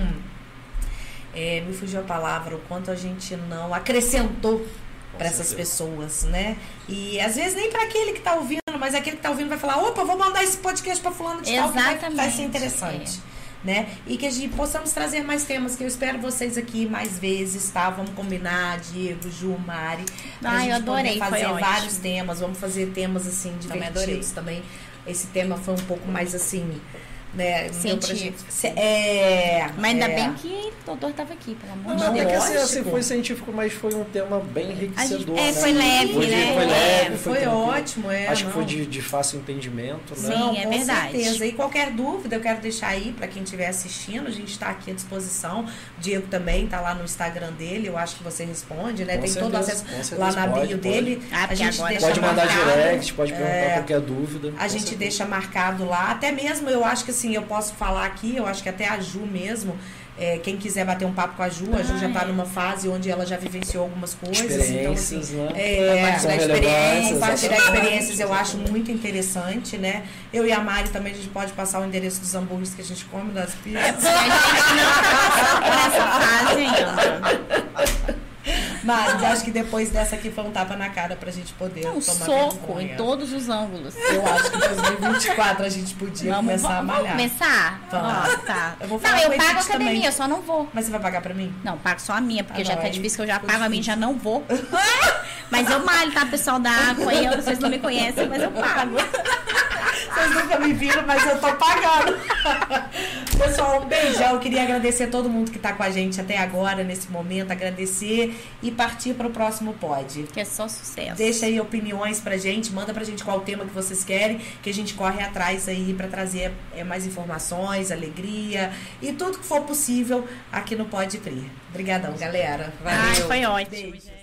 É, me fugiu a palavra, o quanto a gente não acrescentou para essas certeza. pessoas, né? E às vezes nem para aquele que tá ouvindo, mas aquele que tá ouvindo vai falar: opa, vou mandar esse podcast para fulano de tal, que vai, vai ser Exatamente, interessante. Né? E que a gente possamos trazer mais temas, que eu espero vocês aqui mais vezes, tá? Vamos combinar, Diego, Ju, Mari. pra Ai, gente eu adorei, poder fazer foi vários ótimo. temas, vamos fazer temas assim, Também divertidos também. Esse tema foi um pouco mais assim, né? não deu pra Científico. gente- Se- É. mas ainda é. bem que o doutor tava aqui, pelo amor de Não, Deus. é que assim, lógico. assim, foi científico, mas foi um tema bem enriquecedor. É, né? foi leve, Foi, de- né? foi leve, É, foi, foi tranquilo. ótimo, é, Acho que não. foi de, de fácil entendimento, né? Sim, Não, é com verdade. certeza. E qualquer dúvida eu quero deixar aí para quem estiver assistindo, a gente está aqui à disposição. O Diego também está lá no Instagram dele, eu acho que você responde, né? Com Tem certeza, todo o acesso com certeza, lá na bio pode, dele. Ah, a porque gente agora deixa Pode mandar marcado. direct, pode perguntar É. qualquer dúvida. A com gente certeza. deixa marcado lá. Até mesmo, eu acho que assim, eu posso falar aqui, eu acho que até a Ju mesmo, é, quem quiser bater um papo com a Ju, a Ju Ah, já está é. numa fase onde ela já vivenciou algumas coisas. Então, Experiências, assim, né? é, Compartilhar São experiências, relevantes, compartilhar exatamente. experiências eu acho muito interessante, né? Eu e a Mari também, a gente pode passar o endereço dos hambúrgueres que a gente come, das pizzas. A gente não tá passando por essa fase ainda. Mas acho que depois dessa aqui foi um tapa na cara pra gente poder Um tomar soco vergonha. em todos os ângulos. Eu acho que em dois mil e vinte e quatro a gente podia Vamos, começar a vamos, malhar. vamos começar? Vamos. Ó, tá. Eu vou Não, falar eu com a pago a Edith academia, também. eu só não vou. Mas você vai pagar pra mim? Não, pago só a minha, porque Ah, já não, tá aí difícil que eu já ficou pago a minha, difícil. já não vou. Mas eu malho, tá, pessoal da Aqua? Eu, vocês não me conhecem, mas eu pago. Vocês nunca me viram, mas eu tô pagando. Pessoal, um beijão. Eu queria agradecer a todo mundo que tá com a gente até agora, nesse momento. Agradecer e partir para o próximo pod. Que é só sucesso. Deixa aí opiniões pra gente, manda pra gente qual tema que vocês querem, que a gente corre atrás aí pra trazer é, mais informações, alegria e tudo que for possível aqui no Pode Crer. Obrigadão, galera. Ai, foi ótimo, Beijo. gente.